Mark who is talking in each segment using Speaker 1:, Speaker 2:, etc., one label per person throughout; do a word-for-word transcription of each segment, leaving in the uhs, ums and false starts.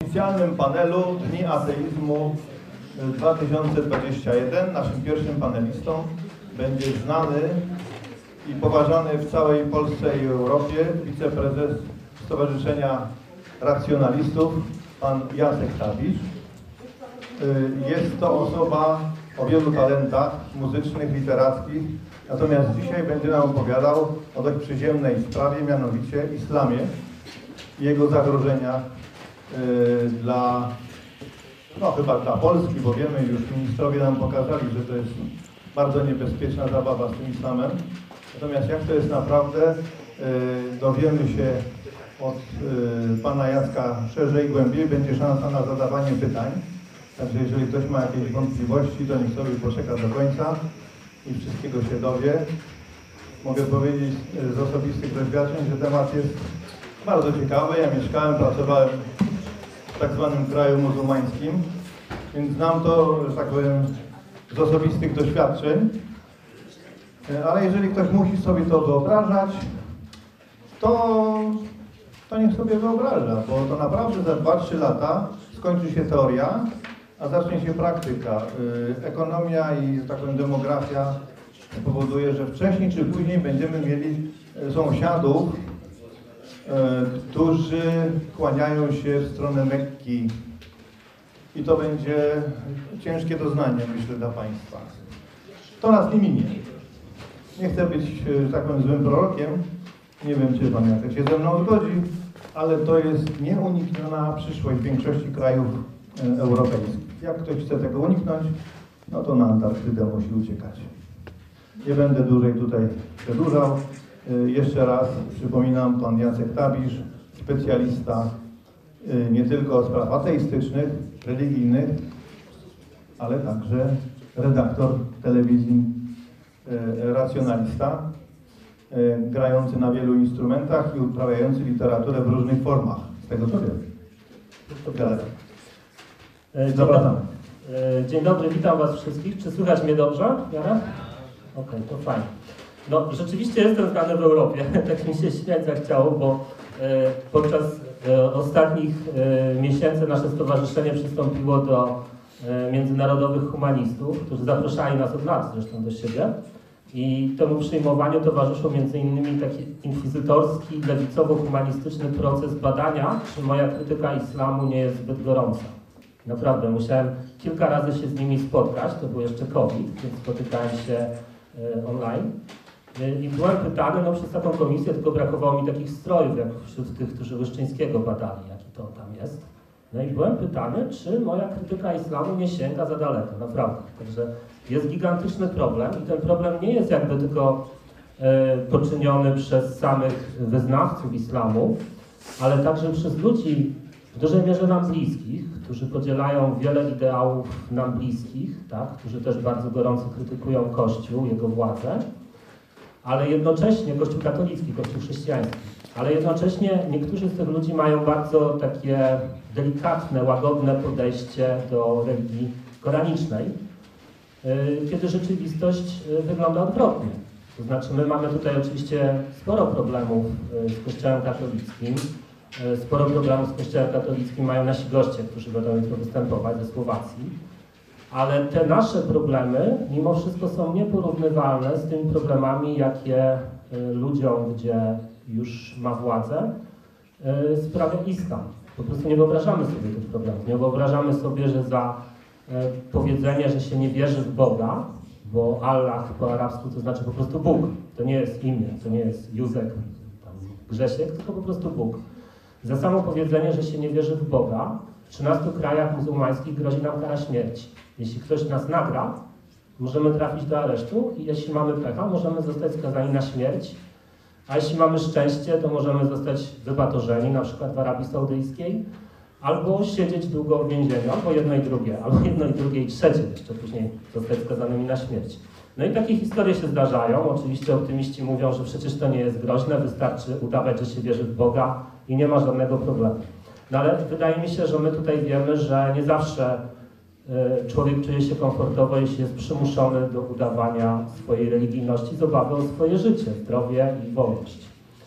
Speaker 1: oficjalnym panelu Dni Ateizmu dwa tysiące dwudziesty pierwszy. Naszym pierwszym panelistą będzie znany i poważany w całej Polsce i Europie wiceprezes Stowarzyszenia Racjonalistów, pan Jacek Tabisz. Jest to osoba o wielu talentach muzycznych, literackich, natomiast dzisiaj będzie nam opowiadał o dość przyziemnej sprawie, mianowicie islamie i jego zagrożenia yy, dla, no chyba dla Polski, bo wiemy, już ministrowie nam pokazali, że to jest bardzo niebezpieczna zabawa z tym islamem. Natomiast jak to jest naprawdę, yy, dowiemy się od yy, pana Jacka szerzej, głębiej, będzie szansa na zadawanie pytań. Także jeżeli ktoś ma jakieś wątpliwości, to niech sobie poczeka do końca i wszystkiego się dowie. Mogę powiedzieć z osobistych doświadczeń, że temat jest bardzo ciekawy. Ja mieszkałem, pracowałem w tak zwanym kraju muzułmańskim, więc znam to, że tak powiem, z osobistych doświadczeń. Ale jeżeli ktoś musi sobie to wyobrażać, to, to niech sobie wyobraża, bo to naprawdę za dwa trzy lata skończy się teoria, a zacznie się praktyka. Ekonomia i, że tak powiem, demografia powoduje, że wcześniej czy później będziemy mieli sąsiadów, którzy kłaniają się w stronę Mekki. I to będzie ciężkie doznanie, myślę, dla Państwa. To nas nie minie. Nie chcę być, że tak powiem, złym prorokiem. Nie wiem, czy Pan Jacek się ze mną zgodzi, ale to jest nieunikniona przyszłość większości krajów europejskich. Jak ktoś chce tego uniknąć, no to na Antarktydę musi uciekać. Nie będę dłużej tutaj przedłużał. Jeszcze raz przypominam, pan Jacek Tabisz, specjalista nie tylko spraw ateistycznych, religijnych, ale także redaktor telewizji Racjonalista, grający na wielu instrumentach i uprawiający literaturę w różnych formach, z tego co wiem. Zapraszamy.
Speaker 2: Dzień dobry, witam Was wszystkich. Czy słychać mnie dobrze? Jara? Okej, okay, to fajnie. No, rzeczywiście jestem znany w Europie, tak mi się śmiać zachciało, bo e, podczas e, ostatnich e, miesięcy nasze stowarzyszenie przystąpiło do e, międzynarodowych humanistów, którzy zapraszali nas od lat zresztą do siebie. I temu przyjmowaniu towarzyszył między innymi taki inkwizytorski, lewicowo-humanistyczny proces badania, czy moja krytyka islamu nie jest zbyt gorąca. Naprawdę, musiałem kilka razy się z nimi spotkać, to był jeszcze COVID, więc spotykałem się y, online. Y, I byłem pytany, no przez taką komisję, tylko brakowało mi takich strojów, jak wśród tych, którzy Wyszczyńskiego badali, jaki to tam jest. No i byłem pytany, czy moja krytyka islamu nie sięga za daleko, naprawdę. Także jest gigantyczny problem i ten problem nie jest jakby tylko y, poczyniony przez samych wyznawców islamu, ale także przez ludzi w dużej mierze nam bliskich, którzy podzielają wiele ideałów nam bliskich, tak, którzy też bardzo gorąco krytykują Kościół, jego władzę, ale jednocześnie Kościół katolicki, Kościół chrześcijański, ale jednocześnie niektórzy z tych ludzi mają bardzo takie delikatne, łagodne podejście do religii koranicznej, kiedy rzeczywistość wygląda odwrotnie. To znaczy my mamy tutaj oczywiście sporo problemów z Kościołem katolickim, sporo problemów z Kościołem katolickim mają nasi goście, którzy będą jutro występować ze Słowacji, ale te nasze problemy mimo wszystko są nieporównywalne z tymi problemami, jakie ludziom, gdzie już ma władzę, sprawia islam. Po prostu nie wyobrażamy sobie tych problemów. Nie wyobrażamy sobie, że za powiedzenie, że się nie wierzy w Boga, bo Allah po arabsku to znaczy po prostu Bóg. To nie jest imię, to nie jest Józek, tam Grzesiek, tylko po prostu Bóg. Za samo powiedzenie, że się nie wierzy w Boga, w trzynastu krajach muzułmańskich grozi nam kara śmierci. Jeśli ktoś nas nagra, możemy trafić do aresztu i jeśli mamy pecha, możemy zostać skazani na śmierć, a jeśli mamy szczęście, to możemy zostać wybatorzeni, na przykład w Arabii Saudyjskiej, albo siedzieć długo w więzieniu, albo jedno i drugie, albo jedno i drugie i trzecie, jeszcze później zostać skazanymi na śmierć. No i takie historie się zdarzają. Oczywiście optymiści mówią, że przecież to nie jest groźne, wystarczy udawać, że się wierzy w Boga i nie ma żadnego problemu. No ale wydaje mi się, że my tutaj wiemy, że nie zawsze y, człowiek czuje się komfortowo, jeśli jest przymuszony do udawania swojej religijności z obawy o swoje życie, zdrowie i wolność.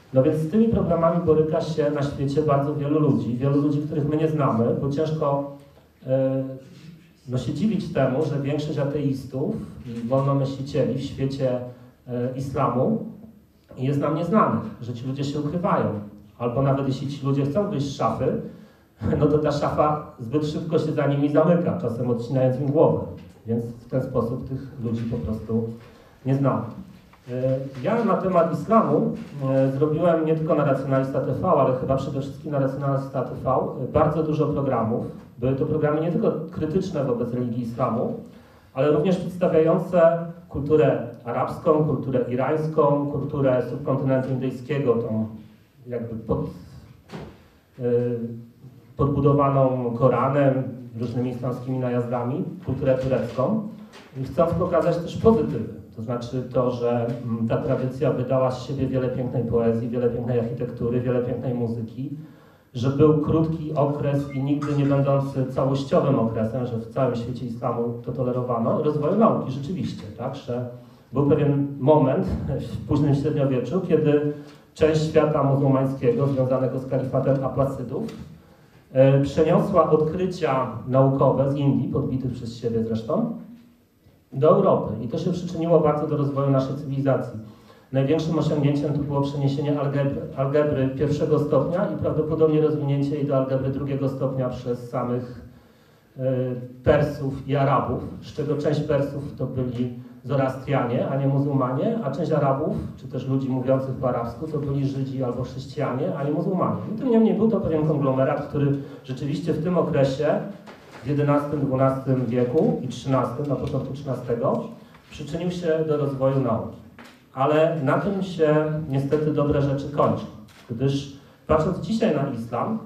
Speaker 2: No więc z tymi problemami boryka się na świecie bardzo wielu ludzi, wielu ludzi, których my nie znamy, bo ciężko e, no, się dziwić temu, że większość ateistów i wolnomyślicieli w świecie e, islamu jest nam nieznanych, że ci ludzie się ukrywają. Albo nawet jeśli ci ludzie chcą wyjść z szafy, no to ta szafa zbyt szybko się za nimi zamyka, czasem odcinając im głowę. Więc w ten sposób tych ludzi po prostu nie znamy. Ja na temat islamu zrobiłem nie tylko na Racjonalista T V, ale chyba przede wszystkim na Racjonalista T V bardzo dużo programów. Były to programy nie tylko krytyczne wobec religii islamu, ale również przedstawiające kulturę arabską, kulturę irańską, kulturę subkontynentu indyjskiego, tą jakby pod, podbudowaną Koranem, różnymi islamskimi najazdami, kulturę turecką, chcąc pokazać też pozytywy. To znaczy to, że ta tradycja wydała z siebie wiele pięknej poezji, wiele pięknej architektury, wiele pięknej muzyki, że był krótki okres i nigdy nie będący całościowym okresem, że w całym świecie islamu to tolerowano, rozwoju nauki rzeczywiście, tak, że był pewien moment w późnym średniowieczu, kiedy część świata muzułmańskiego związanego z kalifatem Abbasydów e, przeniosła odkrycia naukowe z Indii, podbitych przez siebie zresztą, do Europy i to się przyczyniło bardzo do rozwoju naszej cywilizacji. Największym osiągnięciem to było przeniesienie algebry, algebry pierwszego stopnia i prawdopodobnie rozwinięcie jej do algebry drugiego stopnia przez samych y, Persów i Arabów, z czego część Persów to byli Zoroastrianie, a nie muzułmanie, a część Arabów, czy też ludzi mówiących po arabsku, to byli Żydzi albo chrześcijanie, a nie muzułmanie. I tym niemniej był to pewien konglomerat, który rzeczywiście w tym okresie w jedenastym, dwunastym wieku i trzynastym, na początku trzynastego, przyczynił się do rozwoju nauki. Ale na tym się niestety dobre rzeczy kończą, gdyż patrząc dzisiaj na islam,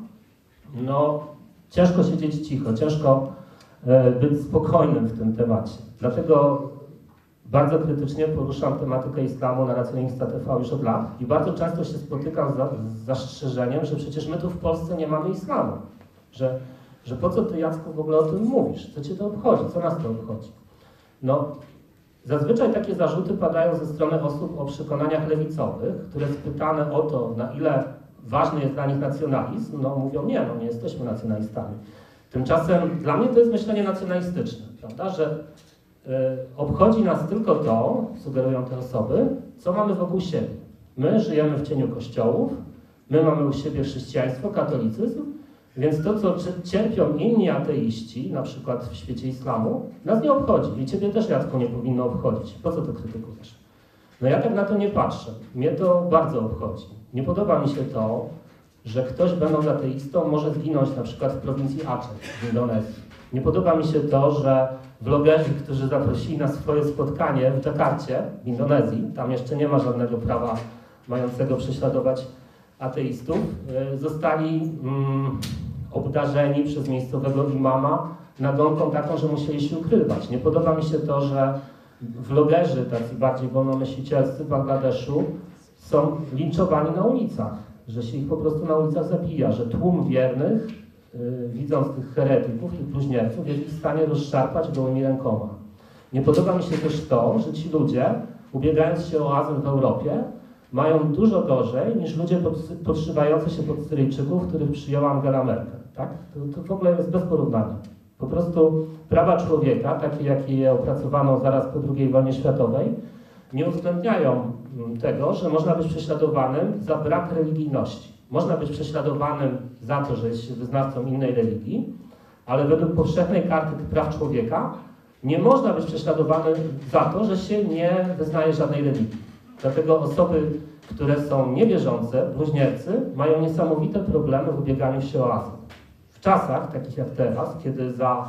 Speaker 2: no ciężko siedzieć cicho, ciężko e, być spokojnym w tym temacie. Dlatego bardzo krytycznie poruszam tematykę islamu na Racjonalista T V już od lat i bardzo często się spotykam za, z zastrzeżeniem, że przecież my tu w Polsce nie mamy islamu, że że po co ty, Jacku, w ogóle o tym mówisz? Co cię to obchodzi? Co nas to obchodzi? No, zazwyczaj takie zarzuty padają ze strony osób o przekonaniach lewicowych, które spytane o to, na ile ważny jest dla nich nacjonalizm, no mówią, nie, no nie jesteśmy nacjonalistami. Tymczasem dla mnie to jest myślenie nacjonalistyczne, prawda, że y, obchodzi nas tylko to, sugerują te osoby, co mamy wokół siebie. My żyjemy w cieniu kościołów, my mamy u siebie chrześcijaństwo, katolicyzm, więc to, co cierpią inni ateiści, na przykład w świecie islamu, nas nie obchodzi. I ciebie też, Jacku, nie powinno obchodzić. Po co to krytykujesz? No ja tak na to nie patrzę. Mnie to bardzo obchodzi. Nie podoba mi się to, że ktoś, będąc ateistą, może zginąć na przykład w prowincji Aceh w Indonezji. Nie podoba mi się to, że vlogerzy, którzy zaprosili na swoje spotkanie w Dżakarcie, w Indonezji, tam jeszcze nie ma żadnego prawa mającego prześladować ateistów, zostali mm, obdarzeni przez miejscowego imama nagonką taką, że musieli się ukrywać. Nie podoba mi się to, że vlogerzy, tacy bardziej wolnomyślicielscy w Bangladeszu, są linczowani na ulicach, że się ich po prostu na ulicach zabija, że tłum wiernych, yy, widząc tych heretyków, tych bluźnierców, jest w stanie rozszarpać gołymi rękoma. Nie podoba mi się też to, że ci ludzie, ubiegając się o azyl w Europie, mają dużo gorzej niż ludzie podszywający się pod Syryjczyków, których przyjęła Angela Merkel. Tak? To, to w ogóle jest bez porównania. Po prostu prawa człowieka, takie jakie je opracowano zaraz po drugiej wojnie światowej, nie uwzględniają tego, że można być prześladowanym za brak religijności. Można być prześladowanym za to, że jest się wyznawcą innej religii, ale według powszechnej karty praw człowieka nie można być prześladowanym za to, że się nie wyznaje żadnej religii. Dlatego osoby, które są niewierzące, bluźniercy, mają niesamowite problemy w ubieganiu się o azyl. W czasach takich jak teraz, kiedy za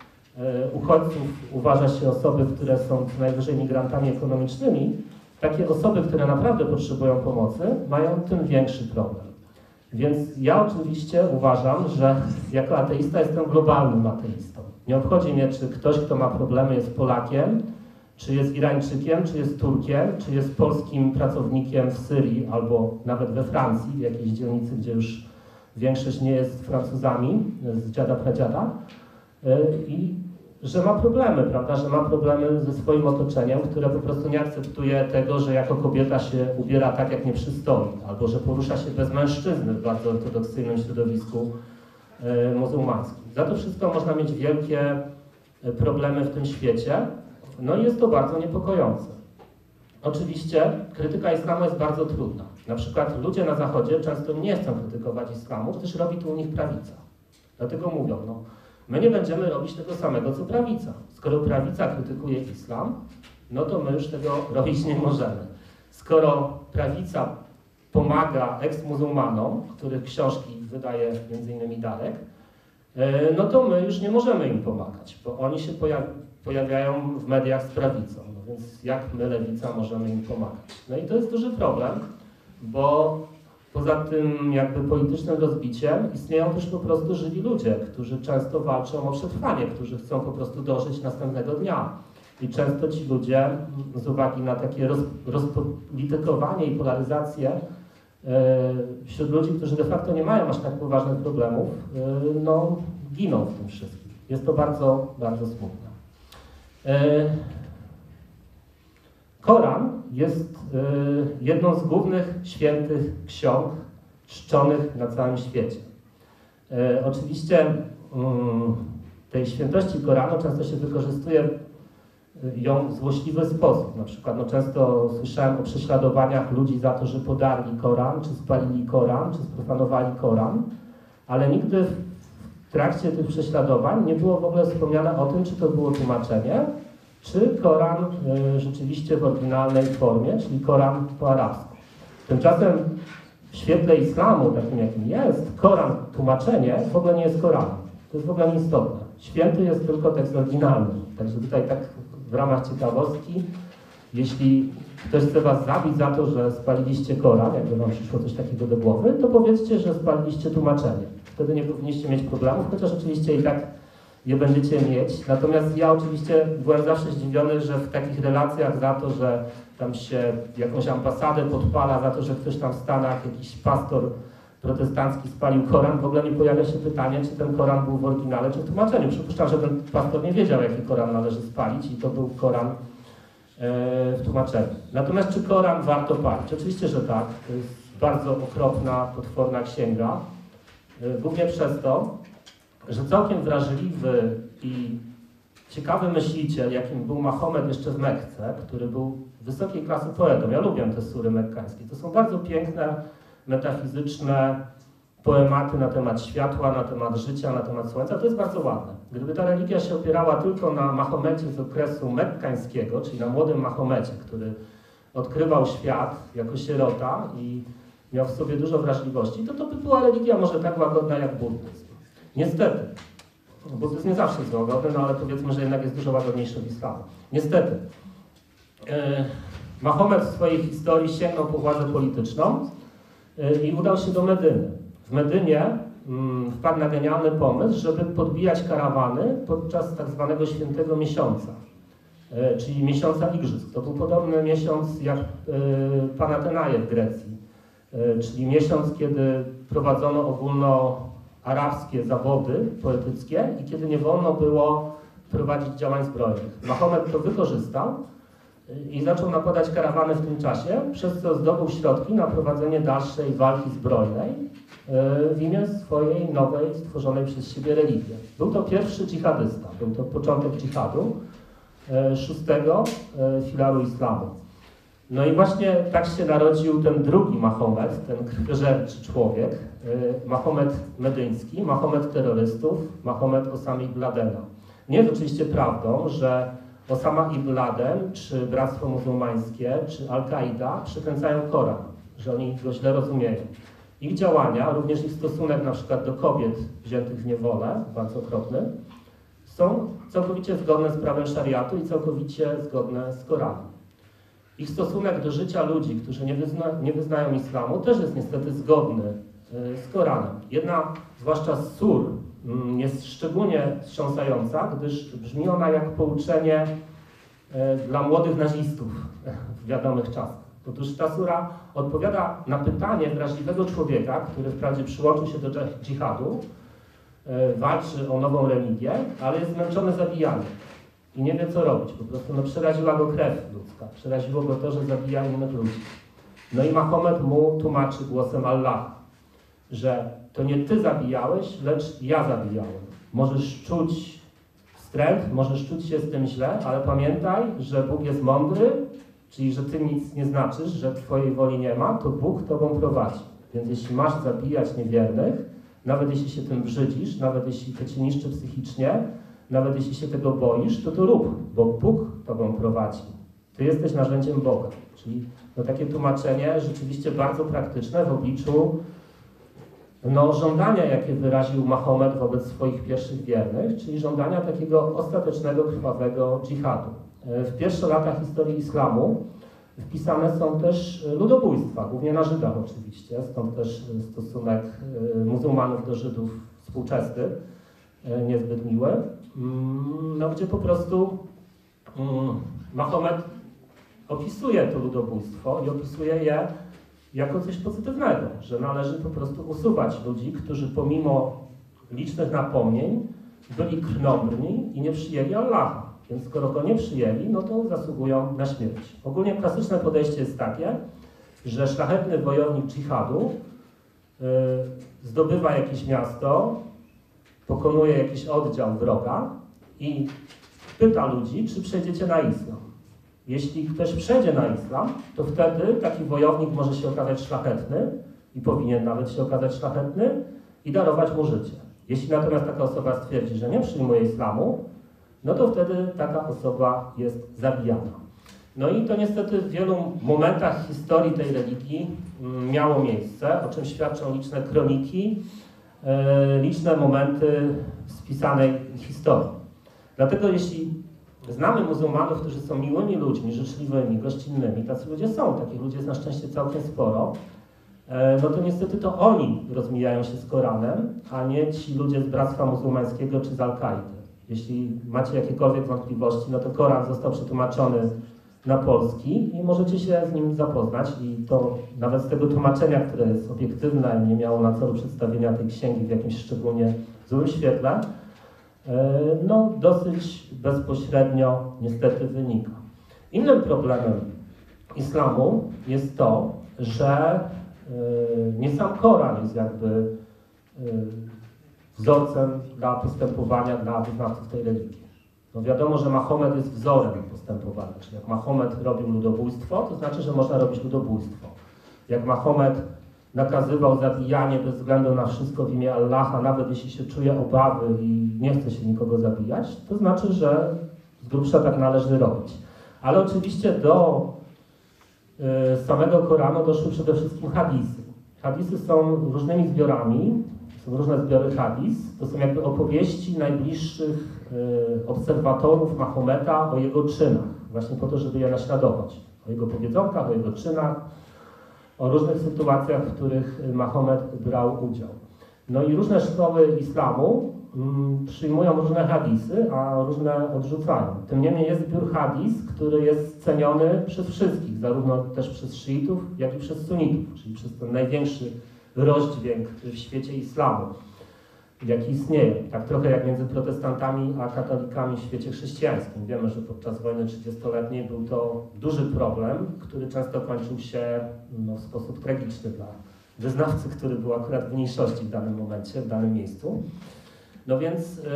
Speaker 2: e, uchodźców uważa się osoby, które są co najwyżej migrantami ekonomicznymi, takie osoby, które naprawdę potrzebują pomocy, mają tym większy problem. Więc ja oczywiście uważam, że jako ateista jestem globalnym ateistą. Nie obchodzi mnie, czy ktoś, kto ma problemy, jest Polakiem, czy jest Irańczykiem, czy jest Turkiem, czy jest polskim pracownikiem w Syrii albo nawet we Francji, w jakiejś dzielnicy, gdzie już większość nie jest Francuzami z dziada pradziada. I że ma problemy, prawda, że ma problemy ze swoim otoczeniem, które po prostu nie akceptuje tego, że jako kobieta się ubiera tak, jak nie przystoi, albo że porusza się bez mężczyzny w bardzo ortodoksyjnym środowisku y, muzułmańskim. Za to wszystko można mieć wielkie y, problemy w tym świecie, no i jest to bardzo niepokojące. Oczywiście krytyka islamu jest bardzo trudna. Na przykład ludzie na Zachodzie często nie chcą krytykować islamu, gdyż robi to u nich prawica. Dlatego mówią, no, my nie będziemy robić tego samego, co prawica. Skoro prawica krytykuje islam, no to my już tego robić nie możemy. Skoro prawica pomaga eks-muzułmanom, których książki wydaje między innymi Darek, no to my już nie możemy im pomagać, bo oni się pojaw pojawiają w mediach z prawicą. No więc jak my, lewica, możemy im pomagać? No i to jest duży problem, bo poza tym jakby politycznym rozbiciem istnieją też po prostu żywi ludzie, którzy często walczą o przetrwanie, którzy chcą po prostu dożyć następnego dnia. I często ci ludzie z uwagi na takie roz, rozpolitykowanie i polaryzację yy, wśród ludzi, którzy de facto nie mają aż tak poważnych problemów, yy, no giną w tym wszystkim. Jest to bardzo, bardzo smutne. Yy, Koran jest y, jedną z głównych świętych ksiąg czczonych na całym świecie. Y, oczywiście y, tej świętości Koranu często się wykorzystuje ją w złośliwy sposób. Na przykład no, często słyszałem o prześladowaniach ludzi za to, że podarli Koran, czy spalili Koran, czy sprofanowali Koran, ale nigdy w trakcie tych prześladowań nie było w ogóle wspomniane o tym, czy to było tłumaczenie, czy Koran y, rzeczywiście w oryginalnej formie, czyli Koran po arabsku. Tymczasem w świetle islamu, takim jakim jest, Koran, tłumaczenie, w ogóle nie jest Koranem. To jest w ogóle nieistotne. Święty jest tylko tekst oryginalny. Także tutaj tak w ramach ciekawostki, jeśli ktoś chce was zabić za to, że spaliliście Koran, jakby wam przyszło coś takiego do głowy, to powiedzcie, że spaliliście tłumaczenie. Wtedy nie powinniście mieć problemów, chociaż oczywiście i tak je będziecie mieć. Natomiast ja oczywiście byłem zawsze zdziwiony, że w takich relacjach za to, że tam się jakąś ambasadę podpala, za to, że ktoś tam w Stanach, jakiś pastor protestancki spalił Koran, w ogóle nie pojawia się pytanie, czy ten Koran był w oryginale, czy w tłumaczeniu. Przypuszczam, że ten pastor nie wiedział, jaki Koran należy spalić i to był Koran e, w tłumaczeniu. Natomiast czy Koran warto palić? Oczywiście, że tak. To jest bardzo okropna, potworna księga. E, głównie przez to, że całkiem wrażliwy i ciekawy myśliciel, jakim był Mahomet jeszcze w Mekce, który był wysokiej klasy poetą. Ja lubię te sury mekkańskie. To są bardzo piękne, metafizyczne poematy na temat światła, na temat życia, na temat słońca. To jest bardzo ładne. Gdyby ta religia się opierała tylko na Mahomecie z okresu mekkańskiego, czyli na młodym Mahomecie, który odkrywał świat jako sierota i miał w sobie dużo wrażliwości, to to by była religia może tak łagodna jak buddyzm. Niestety, buddyzm nie zawsze jest łagodny, no ale powiedzmy, że jednak jest dużo łagodniejszy od islamu. Niestety, yy, Mahomet w swojej historii sięgnął po władzę polityczną yy, i udał się do Medyny. W Medynie yy, wpadł na genialny pomysł, żeby podbijać karawany podczas tak zwanego świętego miesiąca, yy, czyli miesiąca igrzysk. To był podobny miesiąc jak yy, Panatenaje w Grecji, yy, czyli miesiąc, kiedy prowadzono ogólno arabskie zawody poetyckie i kiedy nie wolno było prowadzić działań zbrojnych. Mahomet to wykorzystał i zaczął napadać karawany w tym czasie, przez co zdobył środki na prowadzenie dalszej walki zbrojnej w imię swojej nowej, stworzonej przez siebie religii. Był to pierwszy dżihadysta, był to początek dżihadu, szóstego filaru islamu. No i właśnie tak się narodził ten drugi Mahomet, ten krwiożerczy człowiek, Mahomet medyński, Mahomet terrorystów, Mahomet Osama ibn Ladena. Nie jest oczywiście prawdą, że Osama ibn Laden, czy Bractwo Muzułmańskie, czy Al-Kaida przekręcają Koran, że oni go źle rozumieją. Ich działania, również ich stosunek na przykład do kobiet wziętych w niewolę, bardzo okropny, są całkowicie zgodne z prawem szariatu i całkowicie zgodne z Koranem. Ich stosunek do życia ludzi, którzy nie, wyzna, nie wyznają islamu, też jest niestety zgodny y, z Koranem. Jedna, zwłaszcza z sur, y, jest szczególnie wstrząsająca, gdyż brzmi ona jak pouczenie y, dla młodych nazistów w wiadomych czasach. Otóż ta sura odpowiada na pytanie wrażliwego człowieka, który wprawdzie przyłączył się do dżihadu, e, walczy o nową religię, ale jest zmęczony zabijaniem i nie wie, co robić. Po prostu no, przeraziła go krew ludzka, przeraziło go to, że zabija innych ludzi. No i Mahomet mu tłumaczy głosem Allaha, że to nie ty zabijałeś, lecz ja zabijałem. Możesz czuć wstręt, możesz czuć się z tym źle, ale pamiętaj, że Bóg jest mądry, czyli że ty nic nie znaczysz, że twojej woli nie ma, to Bóg tobą prowadzi. Więc jeśli masz zabijać niewiernych, nawet jeśli się tym brzydzisz, nawet jeśli to cię niszczy psychicznie, nawet jeśli się tego boisz, to to rób, bo Bóg tobą prowadzi. Ty jesteś narzędziem Boga. Czyli no, takie tłumaczenie rzeczywiście bardzo praktyczne w obliczu no, żądania, jakie wyraził Mahomet wobec swoich pierwszych wiernych, czyli żądania takiego ostatecznego, krwawego dżihadu. W pierwszych latach historii islamu wpisane są też ludobójstwa, głównie na Żydach oczywiście, stąd też stosunek muzułmanów do Żydów współczesny, niezbyt miły, no, gdzie po prostu Mahomet opisuje to ludobójstwo i opisuje je jako coś pozytywnego, że należy po prostu usuwać ludzi, którzy pomimo licznych napomnień byli krnąbrni i nie przyjęli Allaha. Więc skoro go nie przyjęli, no to zasługują na śmierć. Ogólnie klasyczne podejście jest takie, że szlachetny wojownik dżihadu yy, zdobywa jakieś miasto, pokonuje jakiś oddział wroga i pyta ludzi, czy przejdziecie na islam. Jeśli ktoś przejdzie na islam, to wtedy taki wojownik może się okazać szlachetny i powinien nawet się okazać szlachetny i darować mu życie. Jeśli natomiast taka osoba stwierdzi, że nie przyjmuje islamu, no to wtedy taka osoba jest zabijana. No i to niestety w wielu momentach historii tej religii miało miejsce, o czym świadczą liczne kroniki, e, liczne momenty spisanej historii. Dlatego jeśli znamy muzułmanów, którzy są miłymi ludźmi, życzliwymi, gościnnymi, tacy ludzie są, takich ludzi jest na szczęście całkiem sporo, e, no to niestety to oni rozmijają się z Koranem, a nie ci ludzie z Bractwa Muzułmańskiego czy z Al-Kaidy. Jeśli macie jakiekolwiek wątpliwości, no to Koran został przetłumaczony na polski i możecie się z nim zapoznać i to nawet z tego tłumaczenia, które jest obiektywne, nie miało na celu przedstawienia tej księgi w jakimś szczególnie złym świetle, no dosyć bezpośrednio niestety wynika. Innym problemem islamu jest to, że nie sam Koran jest jakby wzorcem dla postępowania dla wyznawców tej religii. No wiadomo, że Mahomet jest wzorem postępowania, czyli jak Mahomet robił ludobójstwo, to znaczy, że można robić ludobójstwo. Jak Mahomet nakazywał zabijanie bez względu na wszystko w imię Allaha, nawet jeśli się czuje obawy i nie chce się nikogo zabijać, to znaczy, że z grubsza tak należy robić. Ale oczywiście do y, samego Koranu doszły przede wszystkim hadisy. Hadisy są różnymi zbiorami, są różne zbiory hadis, to są jakby opowieści najbliższych y, obserwatorów Mahometa o jego czynach, właśnie po to, żeby je naśladować. O jego powiedzonkach, o jego czynach, o różnych sytuacjach, w których Mahomet brał udział. No i różne szkoły islamu mm, przyjmują różne hadisy, a różne odrzucają. Tym niemniej jest zbiór hadis, który jest ceniony przez wszystkich, zarówno też przez szyitów, jak i przez sunnitów, czyli przez ten największy rozdźwięk w świecie islamu, jaki istnieje. Tak trochę jak między protestantami a katolikami w świecie chrześcijańskim. Wiemy, że podczas wojny trzydziestoletniej był to duży problem, który często kończył się no, w sposób tragiczny dla wyznawcy, który był akurat w mniejszości w danym momencie, w danym miejscu. No więc yy,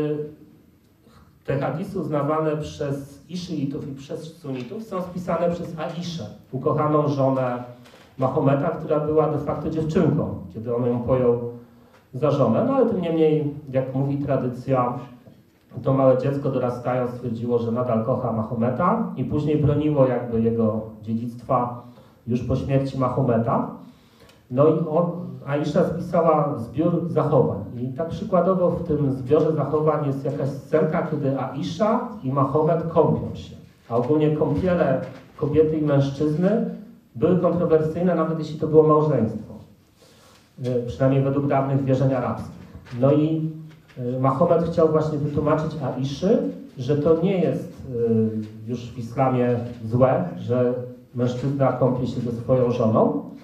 Speaker 2: te hadisy uznawane przez i szyitów, i przez sunnitów są spisane przez Aiszę, ukochaną żonę Mahometa, która była de facto dziewczynką, kiedy on ją pojął za żonę. No ale tym niemniej, jak mówi tradycja, to małe dziecko dorastając stwierdziło, że nadal kocha Mahometa i później broniło jakby jego dziedzictwa już po śmierci Mahometa. No i on, Aisza spisała zbiór zachowań. I tak przykładowo w tym zbiorze zachowań jest jakaś scenka, kiedy Aisza i Mahomet kąpią się. A ogólnie kąpiele kobiety i mężczyzny były kontrowersyjne, nawet jeśli to było małżeństwo. Przynajmniej według dawnych wierzeń arabskich. No i Mahomet chciał właśnie wytłumaczyć Aiszy, że to nie jest już w islamie złe, że mężczyzna kąpie się ze swoją żoną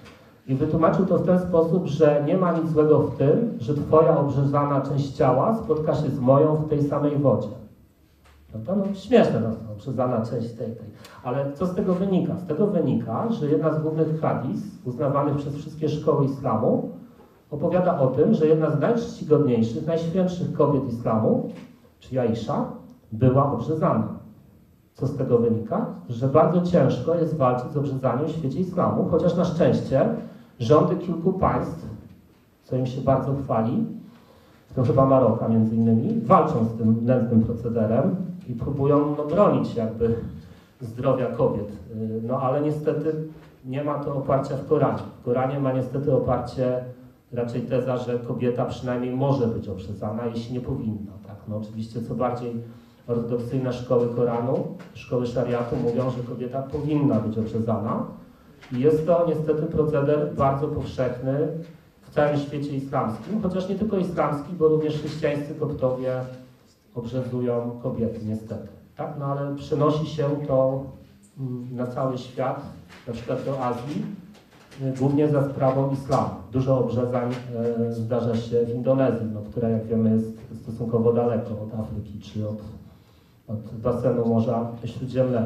Speaker 2: I wytłumaczył to w ten sposób, że nie ma nic złego w tym, że twoja obrzezana część ciała spotka się z moją w tej samej wodzie. No to no, śmieszne, no, obrzezana część tej, tej. Ale co z tego wynika? Z tego wynika, że jedna z głównych hadis, uznawanych przez wszystkie szkoły islamu, opowiada o tym, że jedna z najczcigodniejszych, najświętszych kobiet islamu, czyli Aisza, była obrzezana. Co z tego wynika? Że bardzo ciężko jest walczyć z obrzezaniem w świecie islamu, chociaż na szczęście rządy kilku państw, co im się bardzo chwali, w tym chyba Maroka między innymi, walczą z tym nędznym procederem i próbują no, bronić jakby zdrowia kobiet. No ale niestety nie ma to oparcia w Koranie. W Koranie ma niestety oparcie raczej teza, że kobieta przynajmniej może być obrzezana, jeśli nie powinna. Tak? No oczywiście co bardziej ortodoksyjne szkoły Koranu, szkoły szariatu mówią, że kobieta powinna być obrzezana i jest to niestety proceder bardzo powszechny w całym świecie islamskim, chociaż nie tylko islamski, bo również chrześcijańscy koptowie obrzezują kobiety niestety. Tak? No ale przenosi się to na cały świat, na przykład do Azji, głównie za sprawą islamu. Dużo obrzezań e, zdarza się w Indonezji, no, która jak wiemy jest stosunkowo daleko od Afryki czy od, od basenu Morza Śródziemnego.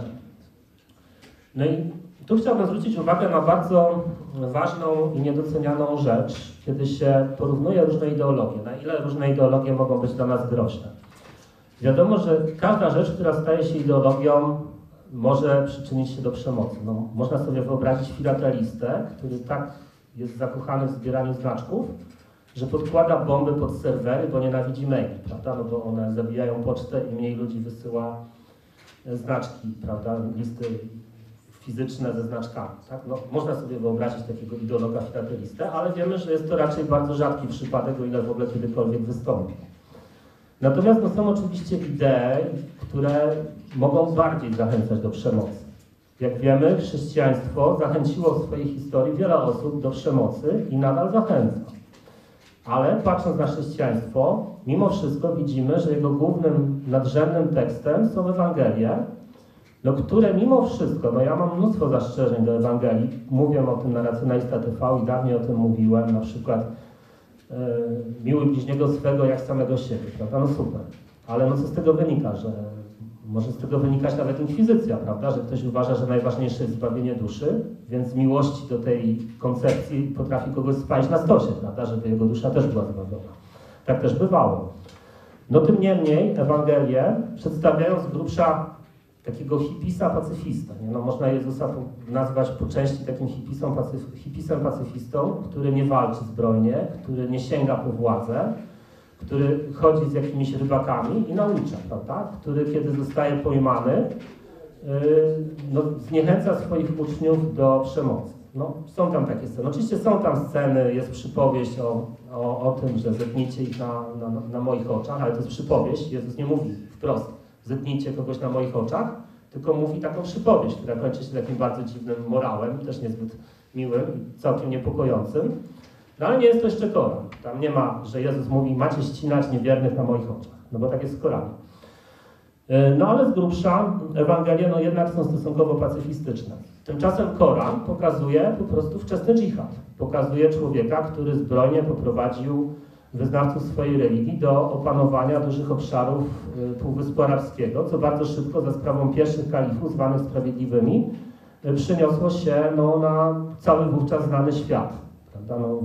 Speaker 2: No i tu chciałbym zwrócić uwagę na bardzo ważną i niedocenianą rzecz, kiedy się porównuje różne ideologie, na ile różne ideologie mogą być dla nas groźne. Wiadomo, że każda rzecz, która staje się ideologią, może przyczynić się do przemocy. No, można sobie wyobrazić filatelistę, który tak jest zakochany w zbieraniu znaczków, że podkłada bomby pod serwery, bo nienawidzi maili, prawda? No bo one zabijają pocztę i mniej ludzi wysyła znaczki, prawda? Listy fizyczne ze znaczkami. Tak? No, można sobie wyobrazić takiego ideologa filatelistę, ale wiemy, że jest to raczej bardzo rzadki przypadek, o ile w ogóle kiedykolwiek wystąpi. Natomiast no, są oczywiście idee, które mogą bardziej zachęcać do przemocy. Jak wiemy, chrześcijaństwo zachęciło w swojej historii wiele osób do przemocy i nadal zachęca. Ale patrząc na chrześcijaństwo, mimo wszystko widzimy, że jego głównym, nadrzędnym tekstem są Ewangelie, no, które mimo wszystko, no ja mam mnóstwo zastrzeżeń do Ewangelii, mówię o tym na Racjonalista T V i dawniej o tym mówiłem, na przykład yy, miłuj bliźniego swego jak samego siebie, prawda? No super. Ale no co z tego wynika, że może z tego wynikać nawet inkwizycja, prawda? Że ktoś uważa, że najważniejsze jest zbawienie duszy, więc z miłości do tej koncepcji potrafi kogoś spalić na stosie, prawda? Żeby jego dusza też była zbawiona. Tak też bywało. No tym niemniej Ewangelie przedstawiają z grubsza takiego hipisa pacyfista. Nie? No, można Jezusa nazwać po części takim hipisem, pacyf hipisem pacyfistą, który nie walczy zbrojnie, który nie sięga po władzę, który chodzi z jakimiś rybakami i naucza, prawda? Który kiedy zostaje pojmany, yy, no, zniechęca swoich uczniów do przemocy. No, są tam takie sceny. Oczywiście są tam sceny, jest przypowieść o, o, o tym, że zetnijcie ich na, na, na moich oczach, ale to jest przypowieść. Jezus nie mówi wprost, zetnijcie kogoś na moich oczach, tylko mówi taką przypowieść, która kończy się takim bardzo dziwnym morałem, też niezbyt miłym, całkiem niepokojącym. No ale nie jest to jeszcze Koran. Tam nie ma, że Jezus mówi, macie ścinać niewiernych na moich oczach. No bo tak jest w Koranie. No ale z grubsza Ewangelie no jednak są stosunkowo pacyfistyczne. Tymczasem Koran pokazuje po prostu wczesny dżihad. Pokazuje człowieka, który zbrojnie poprowadził wyznawców swojej religii do opanowania dużych obszarów Półwyspu Arabskiego, co bardzo szybko za sprawą pierwszych kalifów, zwanych sprawiedliwymi, przyniosło się no, na cały wówczas znany świat. Prawda? No,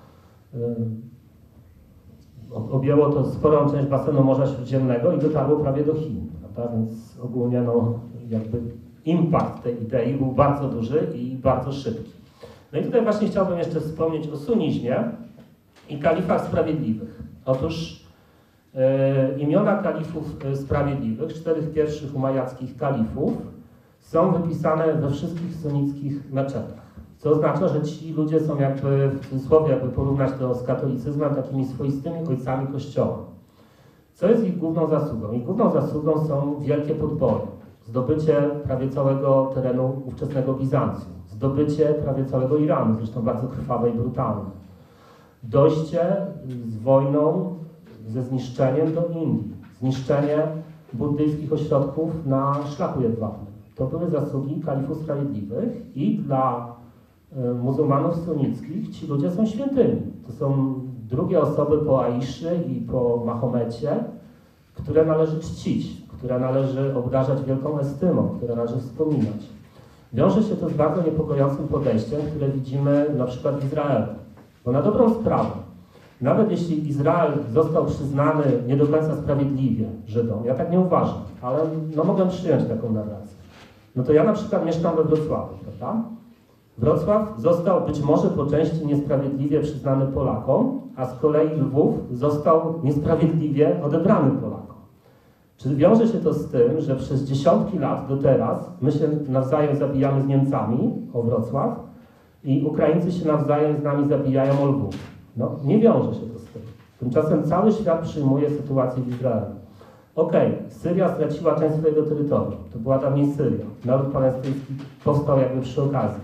Speaker 2: objęło to sporą część basenu Morza Śródziemnego i dotarło prawie do Chin. Prawda? Więc ogólnie no, jakby impact tej idei był bardzo duży i bardzo szybki. No i tutaj właśnie chciałbym jeszcze wspomnieć o sunnizmie i kalifach sprawiedliwych. Otóż e, imiona kalifów sprawiedliwych, czterech pierwszych umajackich kalifów, są wypisane we wszystkich sunnickich meczetach. Co oznacza, że ci ludzie są jakby, w cudzysłowie, jakby porównać to z katolicyzmem, takimi swoistymi ojcami Kościoła. Co jest ich główną zasługą? Ich główną zasługą są wielkie podboje. Zdobycie prawie całego terenu ówczesnego Bizancjum. Zdobycie prawie całego Iranu, zresztą bardzo krwawe i brutalne. Dojście z wojną, ze zniszczeniem do Indii. Zniszczenie buddyjskich ośrodków na szlaku jedwabnym. To były zasługi kalifów sprawiedliwych i dla muzułmanów sunnickich ci ludzie są świętymi. To są drugie osoby po Aiszy i po Mahomecie, które należy czcić, które należy obdarzać wielką estymą, które należy wspominać. Wiąże się to z bardzo niepokojącym podejściem, które widzimy na przykład w Izraelu. Bo na dobrą sprawę, nawet jeśli Izrael został przyznany nie do końca sprawiedliwie Żydom, ja tak nie uważam, ale no mogę przyjąć taką narrację. No to ja na przykład mieszkam we Wrocławiu, prawda? Wrocław został być może po części niesprawiedliwie przyznany Polakom, a z kolei Lwów został niesprawiedliwie odebrany Polakom. Czy wiąże się to z tym, że przez dziesiątki lat do teraz my się nawzajem zabijamy z Niemcami o Wrocław i Ukraińcy się nawzajem z nami zabijają o Lwów? No, nie wiąże się to z tym. Tymczasem cały świat przyjmuje sytuację w Izraelu. Okej, okay, Syria straciła część swojego terytorium. To była dawniej Syria. Naród palestyński powstał jakby przy okazji.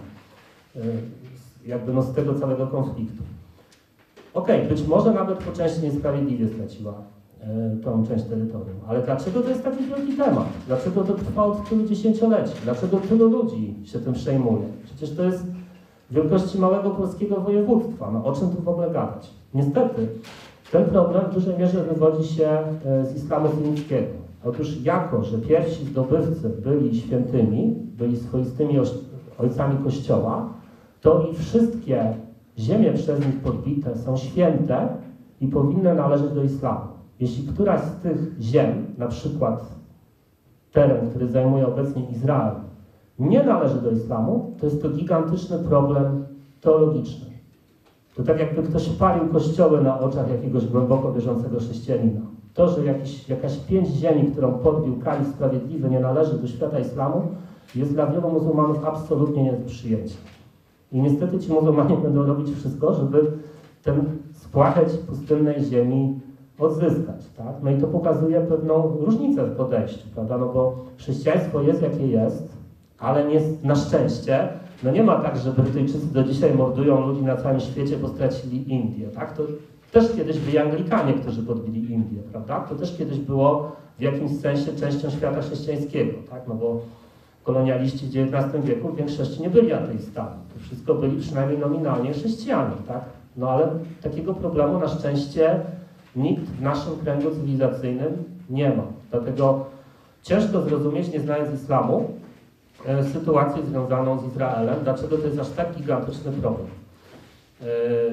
Speaker 2: Jakby no z tego całego konfliktu. Okej, okay, być może nawet po części niesprawiedliwie straciła y, tą część terytorium. Ale dlaczego to jest taki wielki temat? Dlaczego to trwa od tylu dziesięcioleci? Dlaczego tylu ludzi się tym przejmuje? Przecież to jest wielkości małego polskiego województwa. No o czym tu w ogóle gadać? Niestety, ten problem w dużej mierze wywodzi się z islamu sunnickiego. Otóż jako, że pierwsi zdobywcy byli świętymi, byli swoistymi ojcami Kościoła, to i wszystkie ziemie przez nich podbite są święte i powinny należeć do islamu. Jeśli któraś z tych ziem, na przykład teren, który zajmuje obecnie Izrael, nie należy do islamu, to jest to gigantyczny problem teologiczny. To tak jakby ktoś palił kościoły na oczach jakiegoś głęboko wierzącego chrześcijanina. To, że jakiś, jakaś pięć ziemi, którą podbił kalif sprawiedliwy, nie należy do świata islamu, jest dla wielu muzułmanów absolutnie nie do przyjęcia. I niestety ci muzułmanie będą robić wszystko, żeby ten spłacheć pustynnej ziemi odzyskać. Tak? No i to pokazuje pewną różnicę w podejściu, prawda? No bo chrześcijaństwo jest jakie jest, ale nie, na szczęście no nie ma tak, że Brytyjczycy do dzisiaj mordują ludzi na całym świecie, bo stracili Indię. Tak? To też kiedyś byli Anglikanie, którzy podbili Indię, prawda? To też kiedyś było w jakimś sensie częścią świata chrześcijańskiego, tak? No bo kolonialiści w dziewiętnastym wieku w większości nie byli ateistami. To wszystko byli przynajmniej nominalnie chrześcijanie, tak? No ale takiego problemu na szczęście nikt w naszym kręgu cywilizacyjnym nie ma. Dlatego ciężko zrozumieć, nie znając islamu, e, sytuację związaną z Izraelem, dlaczego to jest aż tak gigantyczny problem. E,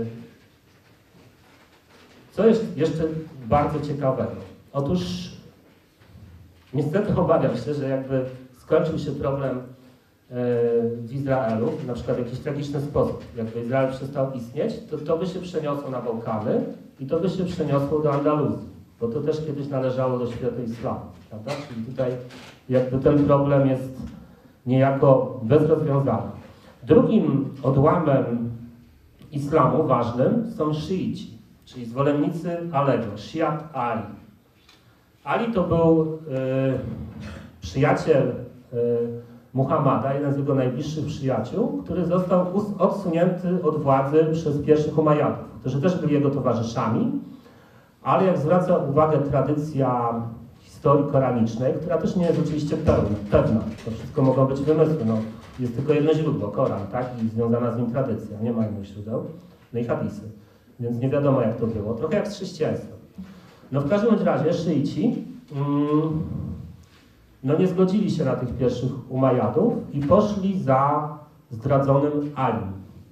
Speaker 2: co jest jeszcze bardzo ciekawego? Otóż niestety obawiam się, że jakby skończył się problem w Izraelu, na przykład w jakiś tragiczny sposób, jakby Izrael przestał istnieć, to to by się przeniosło na Bałkany i to by się przeniosło do Andaluzji, bo to też kiedyś należało do świata islamu, prawda? Czyli tutaj jakby ten problem jest niejako bezrozwiązany. Drugim odłamem islamu ważnym są szyici, czyli zwolennicy Alego, Shiat Ali. Ali to był yy, przyjaciel yy, Muhammada, jeden z jego najbliższych przyjaciół, który został odsunięty od władzy przez pierwszych Umajadów, którzy też byli jego towarzyszami, ale jak zwraca uwagę tradycja historii koranicznej, która też nie jest oczywiście pełna, pewna, to wszystko mogą być wymysły, no, jest tylko jedno źródło, Koran, tak, i związana z nim tradycja, nie ma innych źródeł, no i hadisy, więc nie wiadomo jak to było, trochę jak z chrześcijaństwem. No w każdym razie szyici mm, no nie zgodzili się na tych pierwszych Umajadów i poszli za zdradzonym Ali.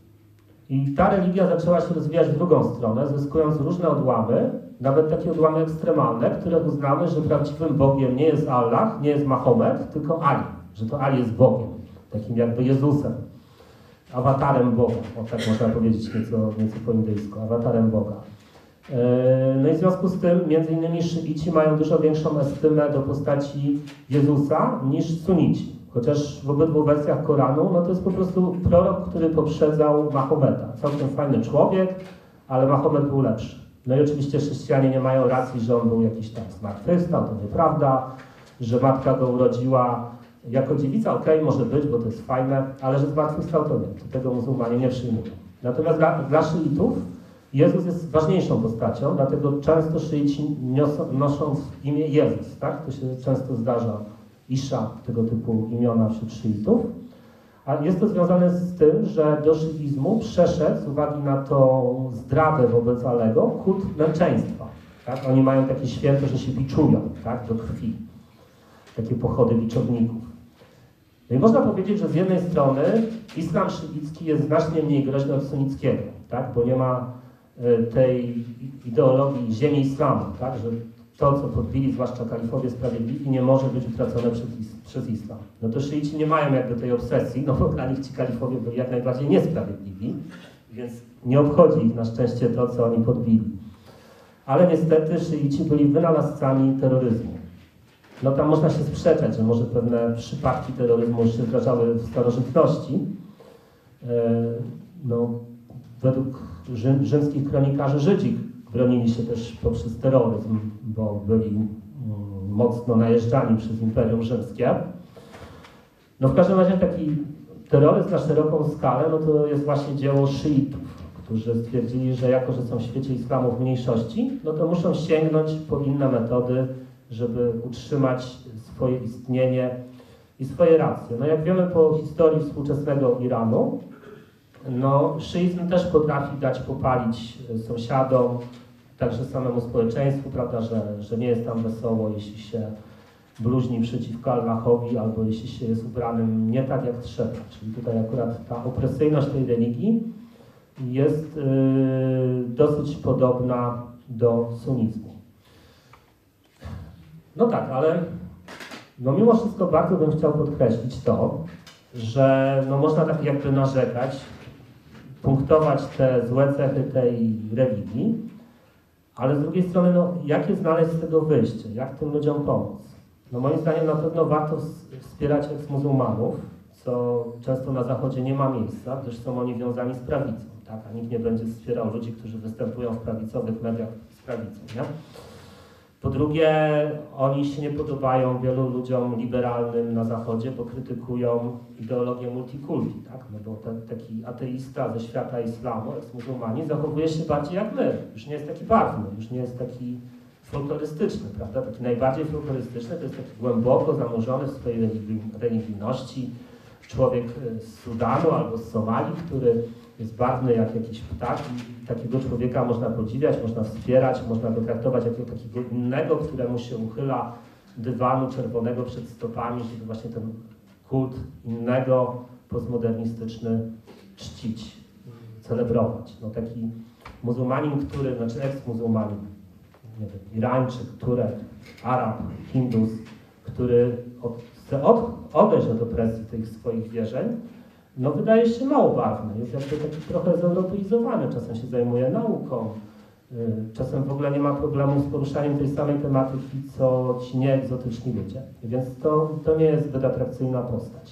Speaker 2: I ta religia zaczęła się rozwijać w drugą stronę, zyskując różne odłamy, nawet takie odłamy ekstremalne, które uznały, że prawdziwym Bogiem nie jest Allah, nie jest Mahomet, tylko Ali. Że to Ali jest Bogiem, takim jakby Jezusem, awatarem Boga. O tak można powiedzieć nieco, nieco po indyjsku, awatarem Boga. No i w związku z tym między innymi szyici mają dużo większą estymę do postaci Jezusa niż sunici. Chociaż w obydwu wersjach Koranu no to jest po prostu prorok, który poprzedzał Mahometa. Całkiem fajny człowiek, ale Mahomet był lepszy. No i oczywiście chrześcijanie nie mają racji, że on był jakiś tam zmartwychwstał, to nieprawda, że matka go urodziła jako dziewica, okej, okay, może być, bo to jest fajne, ale że zmartwychwstał to nie, to tego muzułmanie nie przyjmują. Natomiast dla, dla szyitów Jezus jest ważniejszą postacią, dlatego często szyici niosą, noszą w imię Jezus, tak? To się często zdarza, Isza, tego typu imiona wśród szyitów. A jest to związane z tym, że do szyizmu przeszedł z uwagi na tą zdrawę wobec Alego kult męczeństwa. Tak? Oni mają takie święto, że się biczują, tak? Do krwi. Takie pochody biczowników. No i można powiedzieć, że z jednej strony islam szyicki jest znacznie mniej groźny od sunnickiego, tak? Bo nie ma y, tej ideologii ziemi islamu, tak? Że to, co podbili, zwłaszcza kalifowie sprawiedliwi, nie może być utracone przez, przez islam. No to szyici nie mają jakby tej obsesji, no bo dla nich ci kalifowie byli jak najbardziej niesprawiedliwi, więc nie obchodzi ich na szczęście to, co oni podbili. Ale niestety szyici byli wynalazcami terroryzmu. No tam można się sprzeczać, że może pewne przypadki terroryzmu już się zdarzały w starożytności. No, według rzym, rzymskich kronikarzy Żydzi bronili się też poprzez terroryzm, bo byli mm, mocno najeżdżani przez Imperium Rzymskie. No w każdym razie taki terroryzm na szeroką skalę, no to jest właśnie dzieło szyitów, którzy stwierdzili, że jako, że są w świecie islamu w mniejszości, no to muszą sięgnąć po inne metody, żeby utrzymać swoje istnienie i swoje racje. No jak wiemy po historii współczesnego Iranu, no szyizm też potrafi dać popalić sąsiadom, także samemu społeczeństwu, prawda, że, że nie jest tam wesoło, jeśli się bluźni przeciwko Allahowi, albo jeśli się jest ubranym nie tak jak trzeba. Czyli tutaj akurat ta opresyjność tej religii jest yy, dosyć podobna do sunnizmu. No tak, ale no mimo wszystko bardzo bym chciał podkreślić to, że no można tak jakby narzekać, punktować te złe cechy tej religii, ale z drugiej strony, no jakie znaleźć z tego wyjście, jak tym ludziom pomóc? No moim zdaniem na pewno warto wspierać eks-muzułmanów, co często na Zachodzie nie ma miejsca, gdyż są oni wiązani z prawicą, tak? A nikt nie będzie wspierał ludzi, którzy występują w prawicowych mediach z prawicą, nie? Po drugie, oni się nie podobają wielu ludziom liberalnym na Zachodzie, bo krytykują ideologię multikulti, tak? No bo ten, taki ateista ze świata islamu, eks-muzułmani, zachowuje się bardziej jak my. Już nie jest taki barwny, już nie jest taki folklorystyczny, prawda? Taki najbardziej folklorystyczny to jest taki głęboko zanurzony w swojej religii, religijności człowiek z Sudanu albo z Somalii, który jest barwny jak jakiś ptak i takiego człowieka można podziwiać, można wspierać, można go traktować jako takiego innego, któremu się uchyla dywanu czerwonego przed stopami, żeby właśnie ten kult innego, postmodernistyczny czcić, celebrować. No taki muzułmanin, który, znaczy eks-muzułmanin, nie wiem, Irańczyk, Turek, Arab, Hindus, który od, chce od, odejść od opresji tych swoich wierzeń, no wydaje się mało barwny, jest jakby taki trochę zeuropeizowany, czasem się zajmuje nauką, czasem w ogóle nie ma problemu z poruszaniem tej samej tematyki, co ci nieegzotyczni ludzie, więc to, to nie jest zbyt atrakcyjna postać.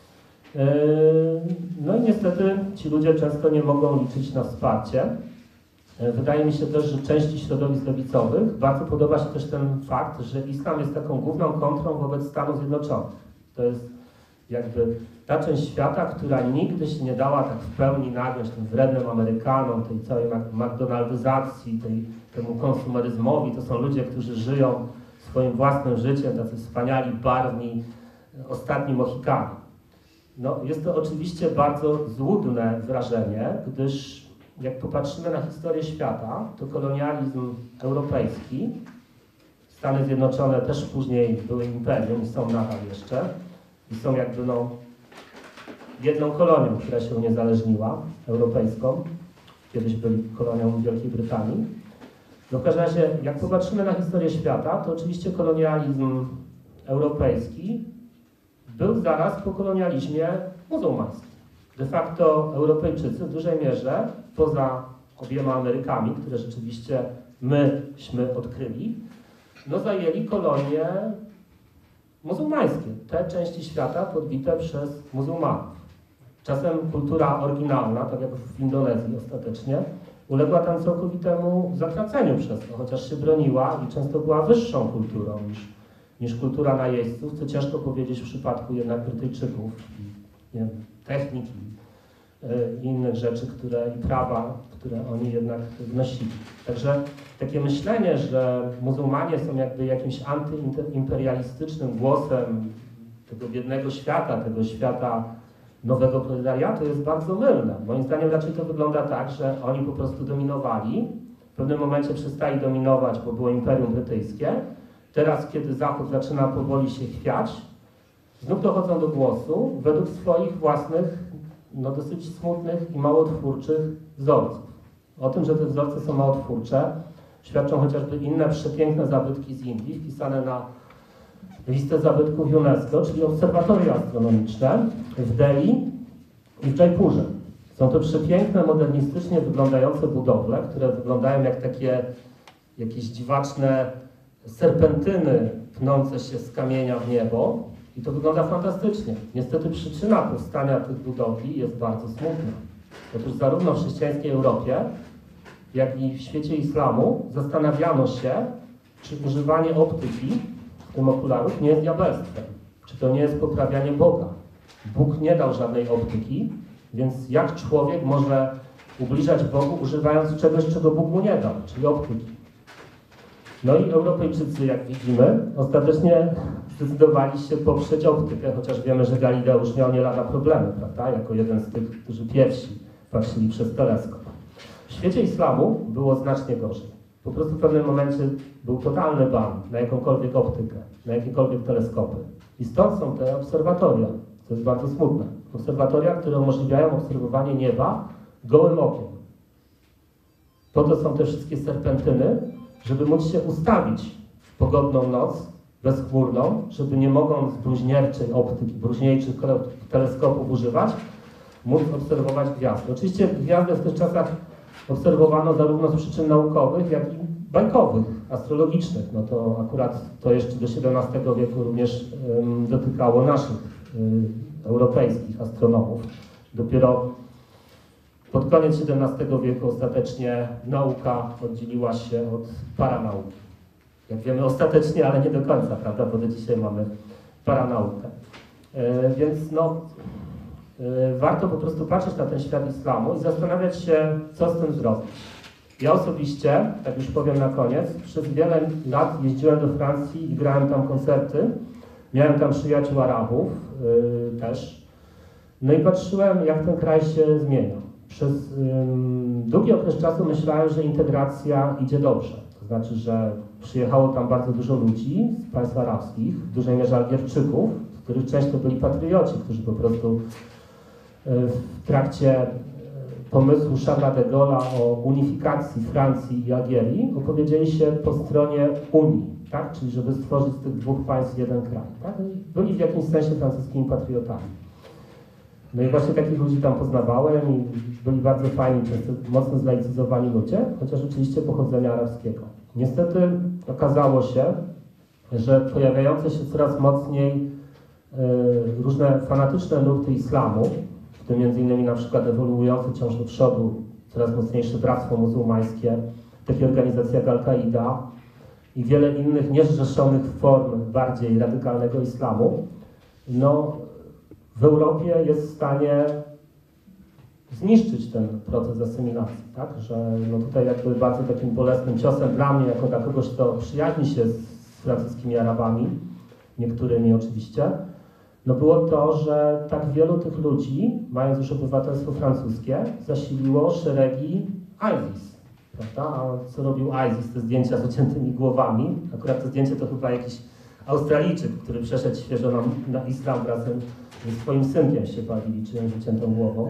Speaker 2: No i niestety ci ludzie często nie mogą liczyć na wsparcie. Wydaje mi się też, że części środowisk lewicowych bardzo podoba się też ten fakt, że islam jest taką główną kontrą wobec Stanów Zjednoczonych. To jest jakby ta część świata, która nigdy się nie dała tak w pełni nagiąć tym wrednym Amerykanom, tej całej McDonaldyzacji, tej, temu konsumeryzmowi. To są ludzie, którzy żyją swoim własnym życiem, tacy wspaniali, barwni, ostatni Mohikani. No, jest to oczywiście bardzo złudne wrażenie, gdyż jak popatrzymy na historię świata, to kolonializm europejski, Stany Zjednoczone też później były imperium i są nadal jeszcze, i są jakby no jedną kolonią, która się uniezależniła, europejską, kiedyś byli kolonią Wielkiej Brytanii. No w każdym razie, jak popatrzymy na historię świata, to oczywiście kolonializm europejski był zaraz po kolonializmie muzułmańskim. De facto Europejczycy w dużej mierze, poza obiema Amerykami, które rzeczywiście myśmy odkryli, no zajęli kolonie muzułmańskie, te części świata podbite przez muzułmanów. Czasem kultura oryginalna, tak jak w Indonezji ostatecznie, uległa tam całkowitemu zatraceniu przez to, chociaż się broniła i często była wyższą kulturą niż, niż kultura najeźdźców, co ciężko powiedzieć w przypadku jednak Brytyjczyków i nie wiem, techniki i innych rzeczy, które, i prawa, które oni jednak wnosili. Także takie myślenie, że muzułmanie są jakby jakimś antyimperialistycznym głosem tego biednego świata, tego świata nowego proletariatu jest bardzo mylne. Moim zdaniem raczej to wygląda tak, że oni po prostu dominowali, w pewnym momencie przestali dominować, bo było Imperium Brytyjskie. Teraz, kiedy Zachód zaczyna powoli się chwiać, znów dochodzą do głosu według swoich własnych, no dosyć smutnych i małotwórczych wzorców. O tym, że te wzorce są małotwórcze, świadczą chociażby inne przepiękne zabytki z Indii, wpisane na listę zabytków UNESCO, czyli obserwatoria astronomiczne w Delhi i w Jaipurze. Są to przepiękne, modernistycznie wyglądające budowle, które wyglądają jak takie jakieś dziwaczne serpentyny pnące się z kamienia w niebo i to wygląda fantastycznie. Niestety przyczyna powstania tych budowli jest bardzo smutna. Otóż zarówno w chrześcijańskiej Europie, jak i w świecie islamu zastanawiano się, czy używanie optyki, w tym okularów, nie jest diabelstwem. Czy to nie jest poprawianie Boga. Bóg nie dał żadnej optyki, więc jak człowiek może ubliżać Bogu, używając czegoś, czego Bóg mu nie dał, czyli optyki. No i Europejczycy, jak widzimy, ostatecznie zdecydowali się poprzeć optykę, chociaż wiemy, że Galileusz miał nie lada problemy, prawda, jako jeden z tych, którzy pierwsi patrzyli przez teleskop. W świecie islamu było znacznie gorzej. Po prostu w pewnym momencie był totalny ban na jakąkolwiek optykę, na jakiekolwiek teleskopy. I stąd są te obserwatoria, co jest bardzo smutne. Obserwatoria, które umożliwiają obserwowanie nieba gołym okiem. Po to są te wszystkie serpentyny, żeby móc się ustawić w pogodną noc, bezchmurną, żeby nie mogąc bluźnierczej optyki, bluźniejszych teleskopów używać, móc obserwować gwiazdy. Oczywiście gwiazdy w tych czasach obserwowano zarówno z przyczyn naukowych, jak i bajkowych, astrologicznych. No to akurat to jeszcze do siedemnastego wieku również um, dotykało naszych um, europejskich astronomów. Dopiero pod koniec siedemnastego wieku ostatecznie nauka oddzieliła się od paranauki. Jak wiemy ostatecznie, ale nie do końca, prawda, bo do dzisiaj mamy paranaukę. E, więc no, e, warto po prostu patrzeć na ten świat islamu i zastanawiać się, co z tym zrobić. Ja osobiście, tak już powiem na koniec, przez wiele lat jeździłem do Francji i grałem tam koncerty. Miałem tam przyjaciół Arabów e, też. No i patrzyłem, jak ten kraj się zmienia. Przez um, długi okres czasu myślałem, że integracja idzie dobrze. To znaczy, że przyjechało tam bardzo dużo ludzi z państw arabskich, w dużej mierze Algierczyków, z których część to byli patrioci, którzy po prostu w trakcie pomysłu Charlesa de Gaulle'a o unifikacji Francji i Algierii opowiedzieli się po stronie Unii, tak? Czyli żeby stworzyć z tych dwóch państw jeden kraj. Tak? Byli w jakimś sensie francuskimi patriotami. No i właśnie takich ludzi tam poznawałem i byli bardzo fajni, często mocno zlaicyzowani ludzie, chociaż oczywiście pochodzenia arabskiego. Niestety okazało się, że pojawiające się coraz mocniej y, różne fanatyczne nurty islamu, w tym między innymi na przykład ewoluujące wciąż do przodu coraz mocniejsze bractwo muzułmańskie, takie organizacje jak Al-Kaida i wiele innych niezrzeszonych form bardziej radykalnego islamu, no w Europie jest w stanie zniszczyć ten proces asymilacji, tak? Że no tutaj jakby bardzo takim bolesnym ciosem dla mnie, jako dla kogoś, kto przyjaźni się z, z francuskimi Arabami, niektórymi oczywiście, no było to, że tak wielu tych ludzi, mając już obywatelstwo francuskie, zasiliło szeregi ISIS, prawda? A co robił ISIS? Te zdjęcia z uciętymi głowami, akurat to zdjęcie to chyba jakiś Australijczyk, który przeszedł świeżo na, na islam razem ze swoim synkiem się bawili, czyjąś wyciętą głową.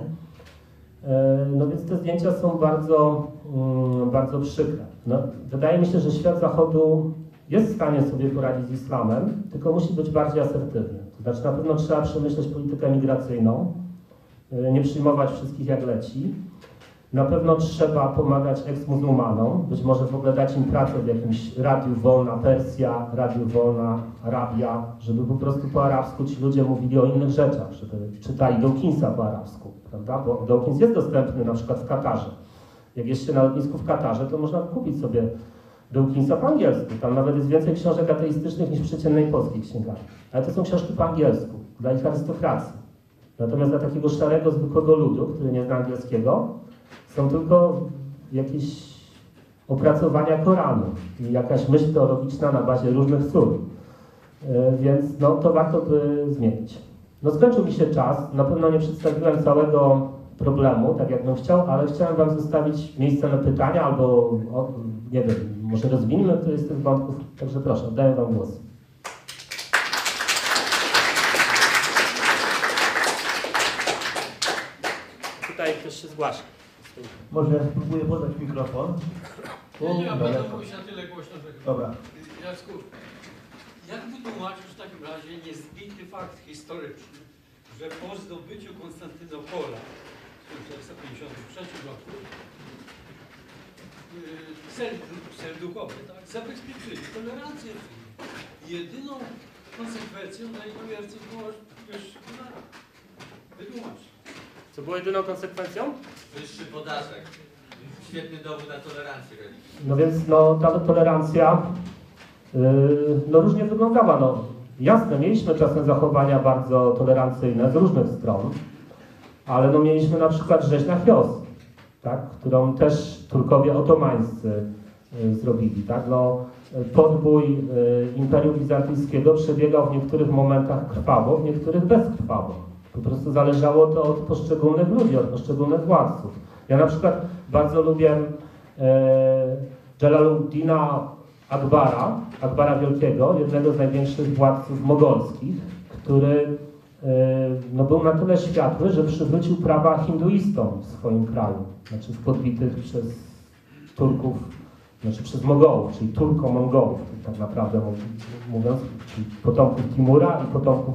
Speaker 2: No więc te zdjęcia są bardzo, um, bardzo przykre. No, wydaje mi się, że świat zachodu jest w stanie sobie poradzić z islamem, tylko musi być bardziej asertywny. To znaczy na pewno trzeba przemyśleć politykę migracyjną, nie przyjmować wszystkich jak leci. Na pewno trzeba pomagać eks-muzułmanom, być może w ogóle dać im pracę w jakimś Radiu Wolna Persja, Radiu Wolna Arabia, żeby po prostu po arabsku ci ludzie mówili o innych rzeczach, żeby czytali Dawkinsa po arabsku, prawda? Bo Dawkins jest dostępny na przykład w Katarze. Jak jest się na lotnisku w Katarze, to można kupić sobie Dawkinsa po angielsku. Tam nawet jest więcej książek ateistycznych niż w przeciętnej polskiej księgarni. Ale to są książki po angielsku, dla ich arystokracji. Natomiast dla takiego szarego, zwykłego ludu, który nie zna angielskiego, są tylko jakieś opracowania Koranu i jakaś myśl teologiczna na bazie różnych sur. Więc no, to warto by zmienić. No skończył mi się czas, na pewno nie przedstawiłem całego problemu, tak jak bym chciał, ale chciałem wam zostawić miejsce na pytania albo, o, nie wiem, może rozwiniemy któryś z tych wątków, także proszę, oddaję wam głos. Tutaj ktoś się zgłasza.
Speaker 1: Może spróbuję podać mikrofon.
Speaker 3: Nie, nie, a
Speaker 1: daleko.
Speaker 3: będę mówić na tyle głośno, że chyba.
Speaker 1: Dobra.
Speaker 3: Jacku, jak wytłumaczysz w takim razie niezbity fakt historyczny, że po zdobyciu Konstantynopola w tysiąc czterysta pięćdziesiątym trzecim roku yy, cel, cel duchowy, tak, zabezpieczyli tolerancję. Jedyną konsekwencją dla jego wierców było wyższy podatek. Wytłumacz.
Speaker 2: Co było jedyną konsekwencją?
Speaker 4: Wyższy podatek. Świetny dowód na tolerancję religijną.
Speaker 2: No więc no, ta tolerancja yy, no, różnie wyglądała. No, jasne, mieliśmy czasem zachowania bardzo tolerancyjne z różnych stron, ale no, mieliśmy na przykład rzeź na Chios, tak, którą też Turkowie otomańscy yy, zrobili. Tak? No, podbój yy, Imperium Bizantyjskiego przebiegał w niektórych momentach krwawo, w niektórych bezkrwawo. Po prostu zależało to od poszczególnych ludzi, od poszczególnych władców. Ja na przykład bardzo lubię e, Jalaluddina Akbara, Akbara Wielkiego, jednego z największych władców mogolskich, który e, no, był na tyle światły, że przywrócił prawa hinduistom w swoim kraju, znaczy w podbitych przez Turków, znaczy przez Mogołów, czyli Turko-Mongołów, tak naprawdę mówiąc, czyli potomków Timura i potomków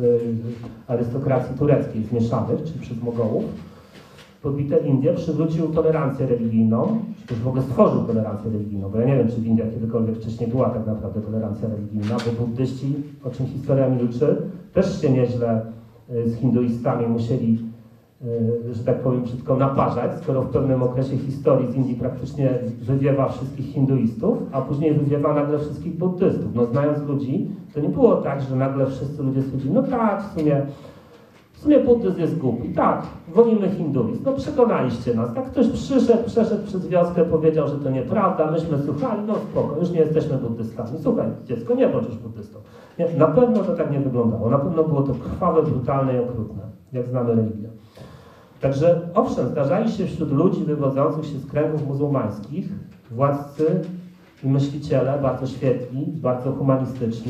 Speaker 2: e, arystokracji tureckiej zmieszanych, czyli przez Mogołów. Podbite Indie, przywrócił tolerancję religijną, czy też w ogóle stworzył tolerancję religijną, bo ja nie wiem, czy w Indiach kiedykolwiek wcześniej była tak naprawdę tolerancja religijna, bo buddyści, o czym historia milczy, też się nieźle z hinduistami musieli, że tak powiem, brzydko naparzać, skoro w pewnym okresie historii z Indii praktycznie wywiewa wszystkich hinduistów, a później wywiewa nagle wszystkich buddystów. No znając ludzi, to nie było tak, że nagle wszyscy ludzie stwierdzili, no tak, w sumie W sumie buddyzm jest głupi. Tak, wolimy hinduizm. No przekonaliście nas. Tak ktoś przyszedł, przeszedł przez wioskę, powiedział, że to nieprawda, myśmy słuchali, no spoko, już nie jesteśmy buddystami. Słuchaj, dziecko, nie bądź już buddystą. Nie, na pewno to tak nie wyglądało. Na pewno było to krwawe, brutalne i okrutne, jak znamy religię. Także owszem, zdarzali się wśród ludzi wywodzących się z kręgów muzułmańskich władcy i myśliciele bardzo świetli, bardzo humanistyczni.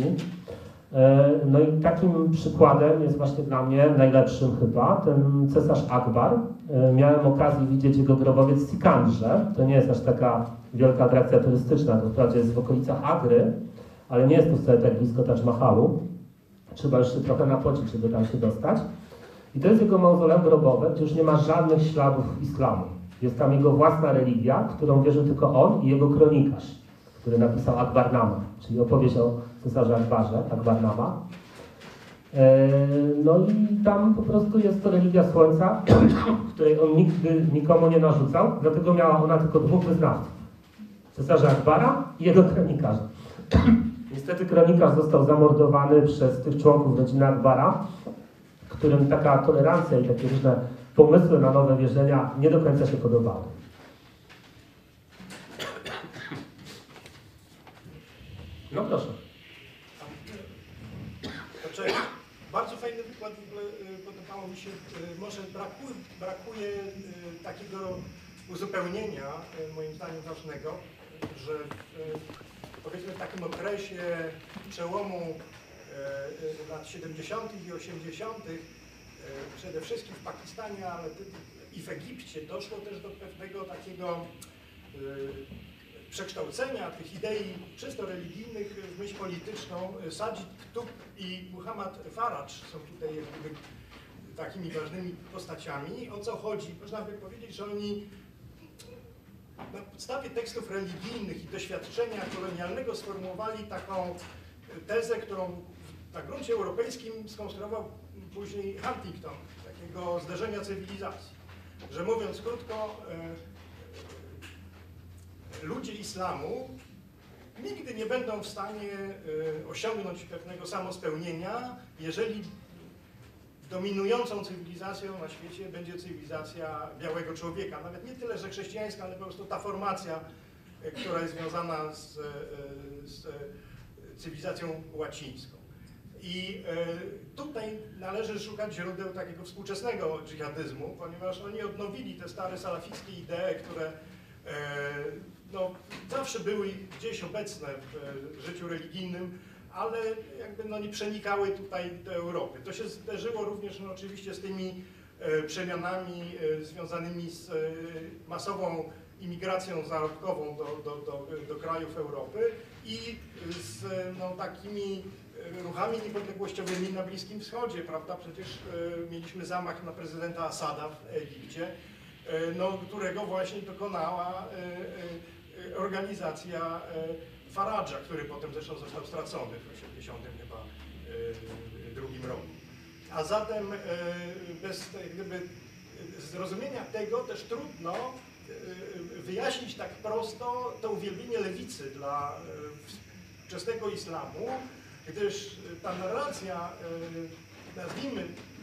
Speaker 2: No i takim przykładem jest właśnie dla mnie, najlepszym chyba, ten cesarz Akbar. Miałem okazję widzieć jego grobowiec w Sikandrze. To nie jest aż taka wielka atrakcja turystyczna, to wprawdzie jest w okolicach Agry, ale nie jest to wcale tak blisko Taj Mahalu. Trzeba już się trochę napocić, żeby tam się dostać. I to jest jego mauzoleum grobowe, gdzie już nie ma żadnych śladów islamu. Jest tam jego własna religia, którą wierzył tylko on i jego kronikarz, który napisał Akbarnama, czyli opowieść o cesarze Akbarze, Akbarnama. No i tam po prostu jest to religia słońca, której on nigdy nikomu nie narzucał, dlatego miała ona tylko dwóch wyznawców. Cesarza Akbara i jego kronikarza. Niestety kronikarz został zamordowany przez tych członków rodziny Akbara, którym taka tolerancja i takie różne pomysły na nowe wierzenia nie do końca się podobały. No proszę.
Speaker 5: Znaczy, bardzo fajny wykład, w ogóle podobało mi się, może braku, brakuje takiego uzupełnienia, moim zdaniem ważnego, że powiedzmy w takim okresie przełomu lat siedemdziesiątych i osiemdziesiątych przede wszystkim w Pakistanie, ale i w Egipcie doszło też do pewnego takiego przekształcenia tych idei czysto religijnych w myśl polityczną. Sajid Qutb i Muhammad Faraj są tutaj jakby takimi ważnymi postaciami. O co chodzi? Można by powiedzieć, że oni na podstawie tekstów religijnych i doświadczenia kolonialnego sformułowali taką tezę, którą na gruncie europejskim skonstruował później Huntington, takiego zderzenia cywilizacji. Że mówiąc krótko, ludzie islamu nigdy nie będą w stanie osiągnąć pewnego samospełnienia, jeżeli dominującą cywilizacją na świecie będzie cywilizacja białego człowieka. Nawet nie tyle, że chrześcijańska, ale po prostu ta formacja, która jest związana z, z cywilizacją łacińską. I tutaj należy szukać źródeł takiego współczesnego dżihadyzmu, ponieważ oni odnowili te stare salafickie idee, które no, zawsze były gdzieś obecne w życiu religijnym, ale jakby no, nie przenikały tutaj do Europy. To się zderzyło również no, oczywiście z tymi przemianami związanymi z masową imigracją zarobkową do, do, do, do krajów Europy i z no, takimi ruchami niepodległościowymi na Bliskim Wschodzie, prawda? Przecież e, mieliśmy zamach na prezydenta Asada w Egipcie, e, no, którego właśnie dokonała e, e, organizacja e, Faradża, który potem zresztą został stracony w osiemdziesiątym chyba e, drugim roku. A zatem e, bez gdyby zrozumienia tego też trudno e, wyjaśnić tak prosto to uwielbienie lewicy dla e, wczesnego islamu, gdyż ta narracja, nazwijmy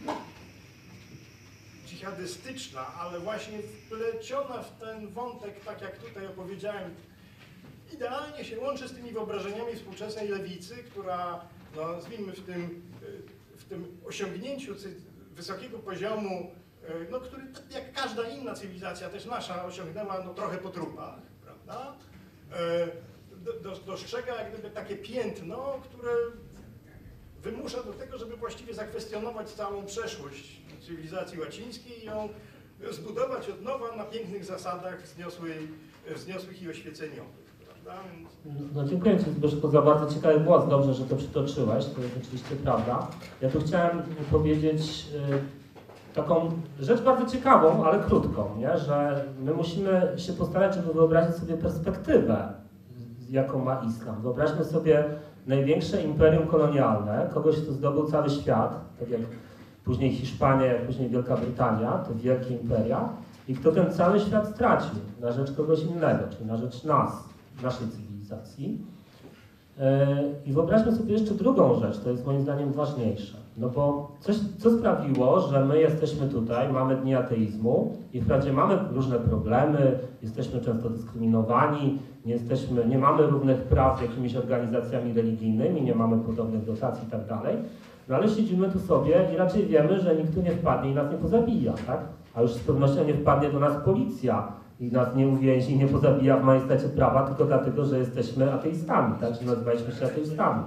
Speaker 5: dżihadystyczna, ale właśnie wpleciona w ten wątek, tak jak tutaj opowiedziałem, idealnie się łączy z tymi wyobrażeniami współczesnej lewicy, która, no, nazwijmy, w tym, w tym osiągnięciu wysokiego poziomu, no, który jak każda inna cywilizacja, też nasza, osiągnęła no, trochę po trupach, prawda? Dostrzega jak gdyby takie piętno, które wymusza do tego, żeby właściwie zakwestionować całą przeszłość cywilizacji łacińskiej i ją zbudować od nowa na pięknych zasadach wzniosłych, wzniosłych i oświeceniowych. Prawda?
Speaker 2: No, dziękuję Ci Zbyszku za bardzo ciekawy głos, dobrze, że to przytoczyłeś, to jest oczywiście prawda. Ja tu chciałem powiedzieć y, taką rzecz bardzo ciekawą, ale krótką, nie? Że my musimy się postarać, żeby wyobrazić sobie perspektywę, jaką ma islam. Wyobraźmy sobie największe imperium kolonialne, kogoś, kto zdobył cały świat, tak jak później Hiszpania, jak później Wielka Brytania, te wielkie imperia, i kto ten cały świat stracił na rzecz kogoś innego, czyli na rzecz nas, naszej cywilizacji. I wyobraźmy sobie jeszcze drugą rzecz, to jest moim zdaniem ważniejsze. No bo coś, co sprawiło, że my jesteśmy tutaj, mamy dni ateizmu i wprawdzie mamy różne problemy, jesteśmy często dyskryminowani, nie, jesteśmy, nie mamy równych praw z jakimiś organizacjami religijnymi, nie mamy podobnych dotacji i tak dalej, no ale siedzimy tu sobie i raczej wiemy, że nikt tu nie wpadnie i nas nie pozabija, tak? A już z pewnością nie wpadnie do nas policja i nas nie uwięzi, nie pozabija w majestacie prawa tylko dlatego, że jesteśmy ateistami, tak? Że nazywaliśmy się ateistami.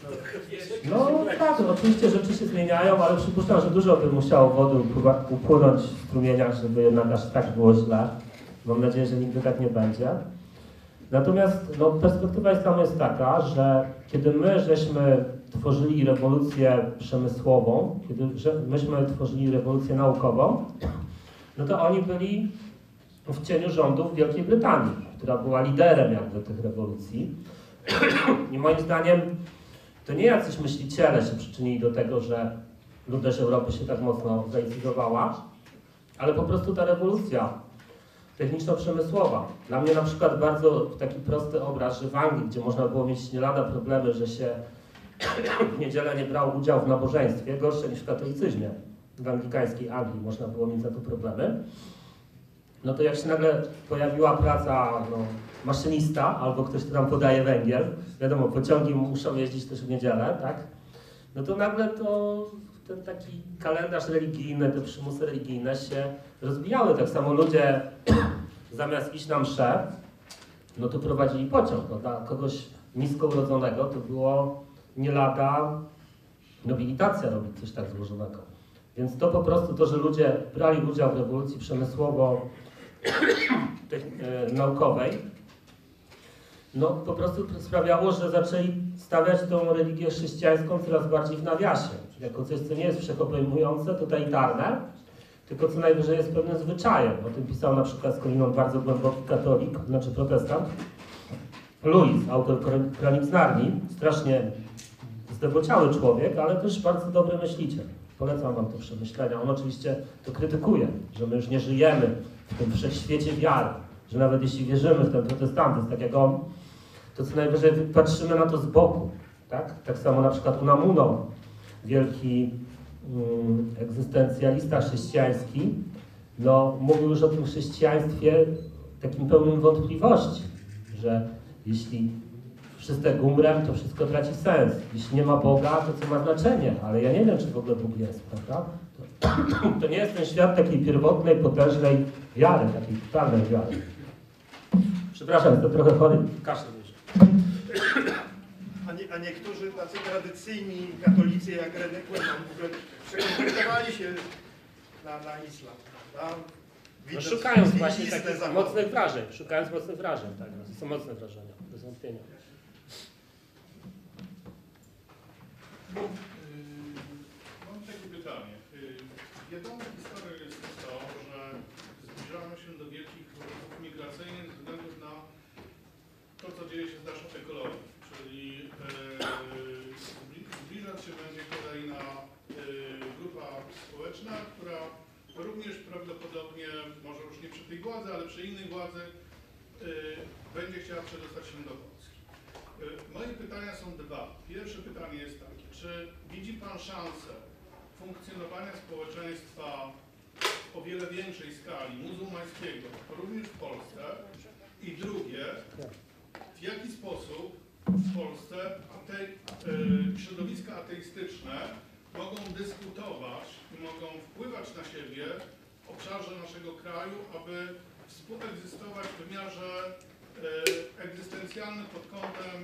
Speaker 2: No tak, oczywiście rzeczy się zmieniają, ale przypuszczam, że dużo by musiało wody upłynąć w strumieniach, żeby jednak aż tak było źle. Mam nadzieję, że nigdy tak nie będzie. Natomiast no, perspektywa islamu jest taka, że kiedy my żeśmy tworzyli rewolucję przemysłową, kiedy myśmy tworzyli rewolucję naukową, no to oni byli w cieniu rządów Wielkiej Brytanii, która była liderem jakby tych rewolucji. I moim zdaniem to nie jacyś myśliciele się przyczynili do tego, że ludność Europy się tak mocno zainicjowała, ale po prostu ta rewolucja techniczno-przemysłowa. Dla mnie na przykład bardzo taki prosty obraz, że w Anglii, gdzie można było mieć nie lada problemy, że się w niedzielę nie brało udziału w nabożeństwie, gorsze niż w katolicyzmie. W anglikańskiej Anglii można było mieć za to problemy. No to jak się nagle pojawiła praca no, maszynista, albo ktoś, kto tam podaje węgiel, wiadomo, pociągi muszą jeździć też w niedzielę, tak? No to nagle to ten taki kalendarz religijny, te przymusy religijne się rozbijały. Tak samo ludzie zamiast iść na mszę, no to prowadzili pociąg. No, dla kogoś nisko urodzonego to było nie lada nobilitacja robić coś tak złożonego. Więc to po prostu to, że ludzie brali udział w rewolucji przemysłowo-naukowej, no po prostu sprawiało, że zaczęli stawiać tą religię chrześcijańską coraz bardziej w nawiasie. Jako coś, co nie jest wszechobejmujące, totalitarne, tylko co najwyżej jest pewnym zwyczajem. O tym pisał na przykład skądinąd bardzo głęboki katolik, znaczy protestant, Louis, autor Kronik z Narni, strasznie zdebociały człowiek, ale też bardzo dobry myśliciel. Polecam wam te przemyślenia. On oczywiście to krytykuje, że my już nie żyjemy w tym wszechświecie wiary, że nawet jeśli wierzymy w ten protestantyzm, tak jak on, to co najwyżej patrzymy na to z boku. Tak, tak samo na przykład Unamuno, wielki um, egzystencjalista chrześcijański, no, mówił już o tym chrześcijaństwie takim pełnym wątpliwości, że jeśli wszyscy gumrem, to wszystko traci sens. Jeśli nie ma Boga, to co ma znaczenie? Ale ja nie wiem, czy w ogóle Bóg jest, prawda? To, to nie jest ten świat takiej pierwotnej, potężnej wiary, takiej totalnej wiary. Przepraszam, jestem trochę chory, kaszel już.
Speaker 5: A, nie, a niektórzy tacy tradycyjni katolicy jak René Coelho w ogóle przekonwertowali się na, na islam, prawda?
Speaker 2: No,
Speaker 5: Widząc
Speaker 2: szukając właśnie
Speaker 5: stylistę
Speaker 2: takich
Speaker 5: zachodnią.
Speaker 2: mocnych wrażeń, szukając mocnych wrażeń, tak, no, to są mocne wrażenia, bez wątpienia.
Speaker 6: Mam takie pytanie. Wiadomo historią jest to, że zbliżamy się do wielkich ruchów migracyjnych ze względu na to, co dzieje się z naszą ekologią. Czyli e, zbliżać się będzie kolejna e, grupa społeczna, która również prawdopodobnie, może już nie przy tej władzy, ale przy innej władzy, e, będzie chciała przedostać się do Polski. Moje pytania są dwa. Pierwsze pytanie jest takie, czy widzi Pan szansę funkcjonowania społeczeństwa o wiele większej skali, muzułmańskiego, również w Polsce? I drugie, w jaki sposób w Polsce atei, y, środowiska ateistyczne mogą dyskutować i mogą wpływać na siebie w obszarze naszego kraju, aby współegzystować w wymiarze egzystencjalny pod kątem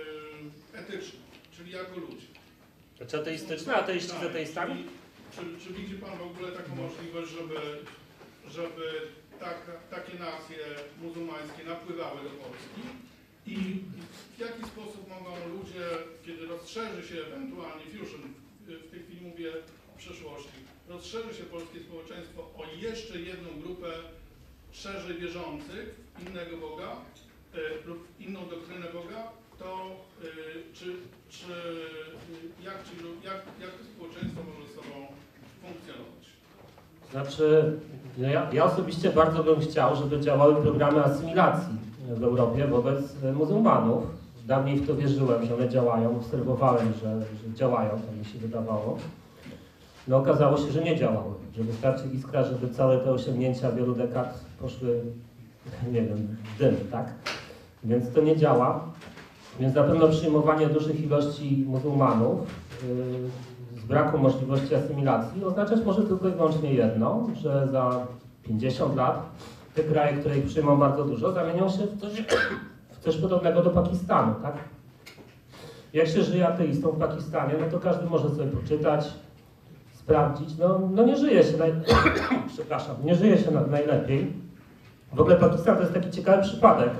Speaker 6: y, etycznym, czyli jako ludzie.
Speaker 2: Czy ateistyczne, ateiści z ateistami?
Speaker 6: Czy, czy widzi Pan w ogóle taką możliwość, żeby, żeby tak, takie nacje muzułmańskie napływały do Polski? I w jaki sposób mogą ludzie, kiedy rozszerzy się ewentualnie fusion, w tej chwili mówię o przyszłości, rozszerzy się polskie społeczeństwo o jeszcze jedną grupę szerzej wierzących, innego Boga y, lub inną doktrynę Boga, to y, czy, czy y, jak, ci, jak, jak to społeczeństwo może ze sobą funkcjonować?
Speaker 2: Znaczy, no ja, ja osobiście bardzo bym chciał, żeby działały programy asymilacji w Europie wobec muzułmanów. Dawniej w to wierzyłem, że one działają, obserwowałem, że, że działają, tak mi się wydawało. No okazało się, że nie działały, że wystarczy iskra, żeby całe te osiągnięcia wielu dekad poszły, nie wiem, w dym, tak? Więc to nie działa. Więc na pewno przyjmowanie dużych ilości muzułmanów yy, z braku możliwości asymilacji oznaczać może tylko i wyłącznie jedno, że za pięćdziesiąt lat te kraje, które ich przyjmą bardzo dużo, zamienią się w coś, w coś podobnego do Pakistanu, tak? Jak się żyje ateistą w Pakistanie, no to każdy może sobie poczytać, sprawdzić, no, no nie żyje się, naj... przepraszam, nie żyje się na, najlepiej. W ogóle Pakistan to jest taki ciekawy przypadek.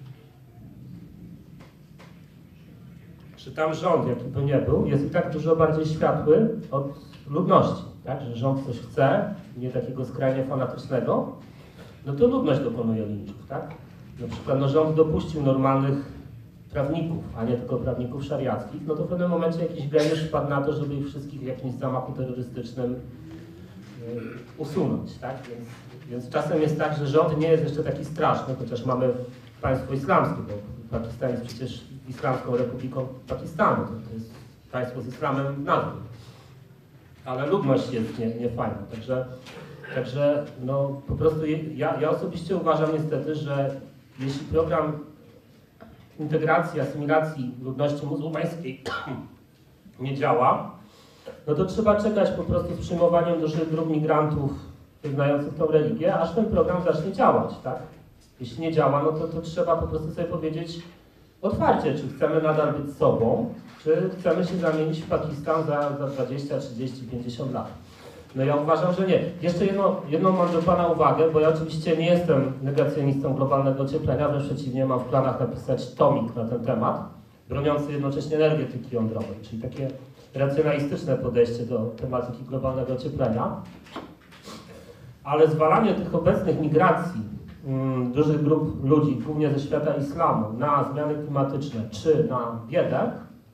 Speaker 2: Czy tam rząd, jaki by nie był, jest i tak dużo bardziej światły od ludności, tak? Że rząd coś chce, nie takiego skrajnie fanatycznego, no to ludność dokonuje linczów, tak? Na przykład no, rząd dopuścił normalnych prawników, a nie tylko prawników szariackich, no to w pewnym momencie jakiś geniusz wpadł na to, żeby ich wszystkich w jakimś zamachu terrorystycznym y, usunąć, tak? Więc, więc czasem jest tak, że rząd nie jest jeszcze taki straszny, chociaż mamy państwo islamskie, bo Pakistan jest przecież Islamską Republiką Pakistanu, to, to jest państwo z islamem w nazwie. Ale ludność jest nie, niefajna, także, także no, po prostu ja, ja osobiście uważam niestety, że jeśli program integracji, asymilacji ludności muzułmańskiej nie działa, no to trzeba czekać po prostu z przyjmowaniem dużych grup migrantów wyznających tą religię, aż ten program zacznie działać, tak? Jeśli nie działa, no to, to trzeba po prostu sobie powiedzieć otwarcie, czy chcemy nadal być sobą, czy chcemy się zamienić w Pakistan za, za dwadzieścia, trzydzieści, pięćdziesiąt lat. No ja uważam, że nie. Jeszcze jedno, jedną mam do Pana uwagę, bo ja oczywiście nie jestem negacjonistą globalnego ocieplenia, wręcz przeciwnie, mam w planach napisać tomik na ten temat, broniący jednocześnie energetyki jądrowej, czyli takie racjonalistyczne podejście do tematyki globalnego ocieplenia. Ale zwalanie tych obecnych migracji mm, dużych grup ludzi, głównie ze świata islamu, na zmiany klimatyczne czy na biedę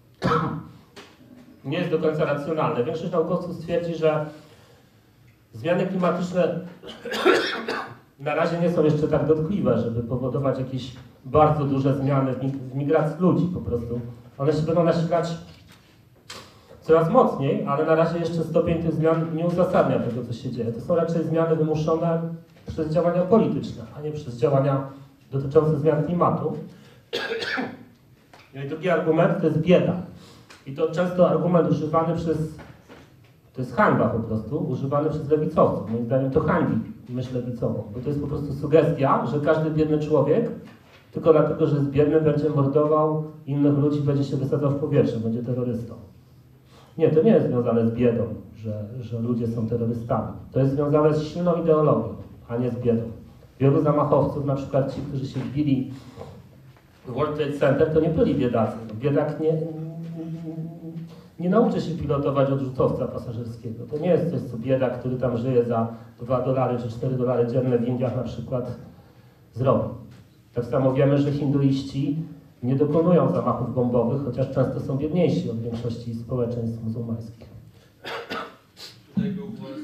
Speaker 2: nie jest do końca racjonalne. Większość naukowców stwierdzi, że zmiany klimatyczne na razie nie są jeszcze tak dotkliwe, żeby powodować jakieś bardzo duże zmiany w migracji ludzi po prostu. One się będą nasilać coraz mocniej, ale na razie jeszcze stopień tych zmian nie uzasadnia tego, co się dzieje. To są raczej zmiany wymuszone przez działania polityczne, a nie przez działania dotyczące zmian klimatu. No i drugi argument to jest bieda. I to często argument używany przez, to jest hańba po prostu, używany przez lewicowców. Moim zdaniem to hańbi myśl lewicową, bo to jest po prostu sugestia, że każdy biedny człowiek tylko dlatego, że jest biedny, będzie mordował innych ludzi, będzie się wysadzał w powietrze, będzie terrorystą. Nie, to nie jest związane z biedą, że, że ludzie są terrorystami. To jest związane z silną ideologią, a nie z biedą. Wielu zamachowców, na przykład ci, którzy się wbili w World Trade Center, to nie byli biedacy. Biedak nie, nie nauczy się pilotować odrzutowca pasażerskiego. To nie jest coś, co biedak, który tam żyje za dwa dolary czy cztery dolary dzienne w Indiach na przykład zrobi. Tak samo wiemy, że hinduiści nie dokonują zamachów bombowych, chociaż często są biedniejsi od większości społeczeństw muzułmańskich.
Speaker 4: Tutaj był głos.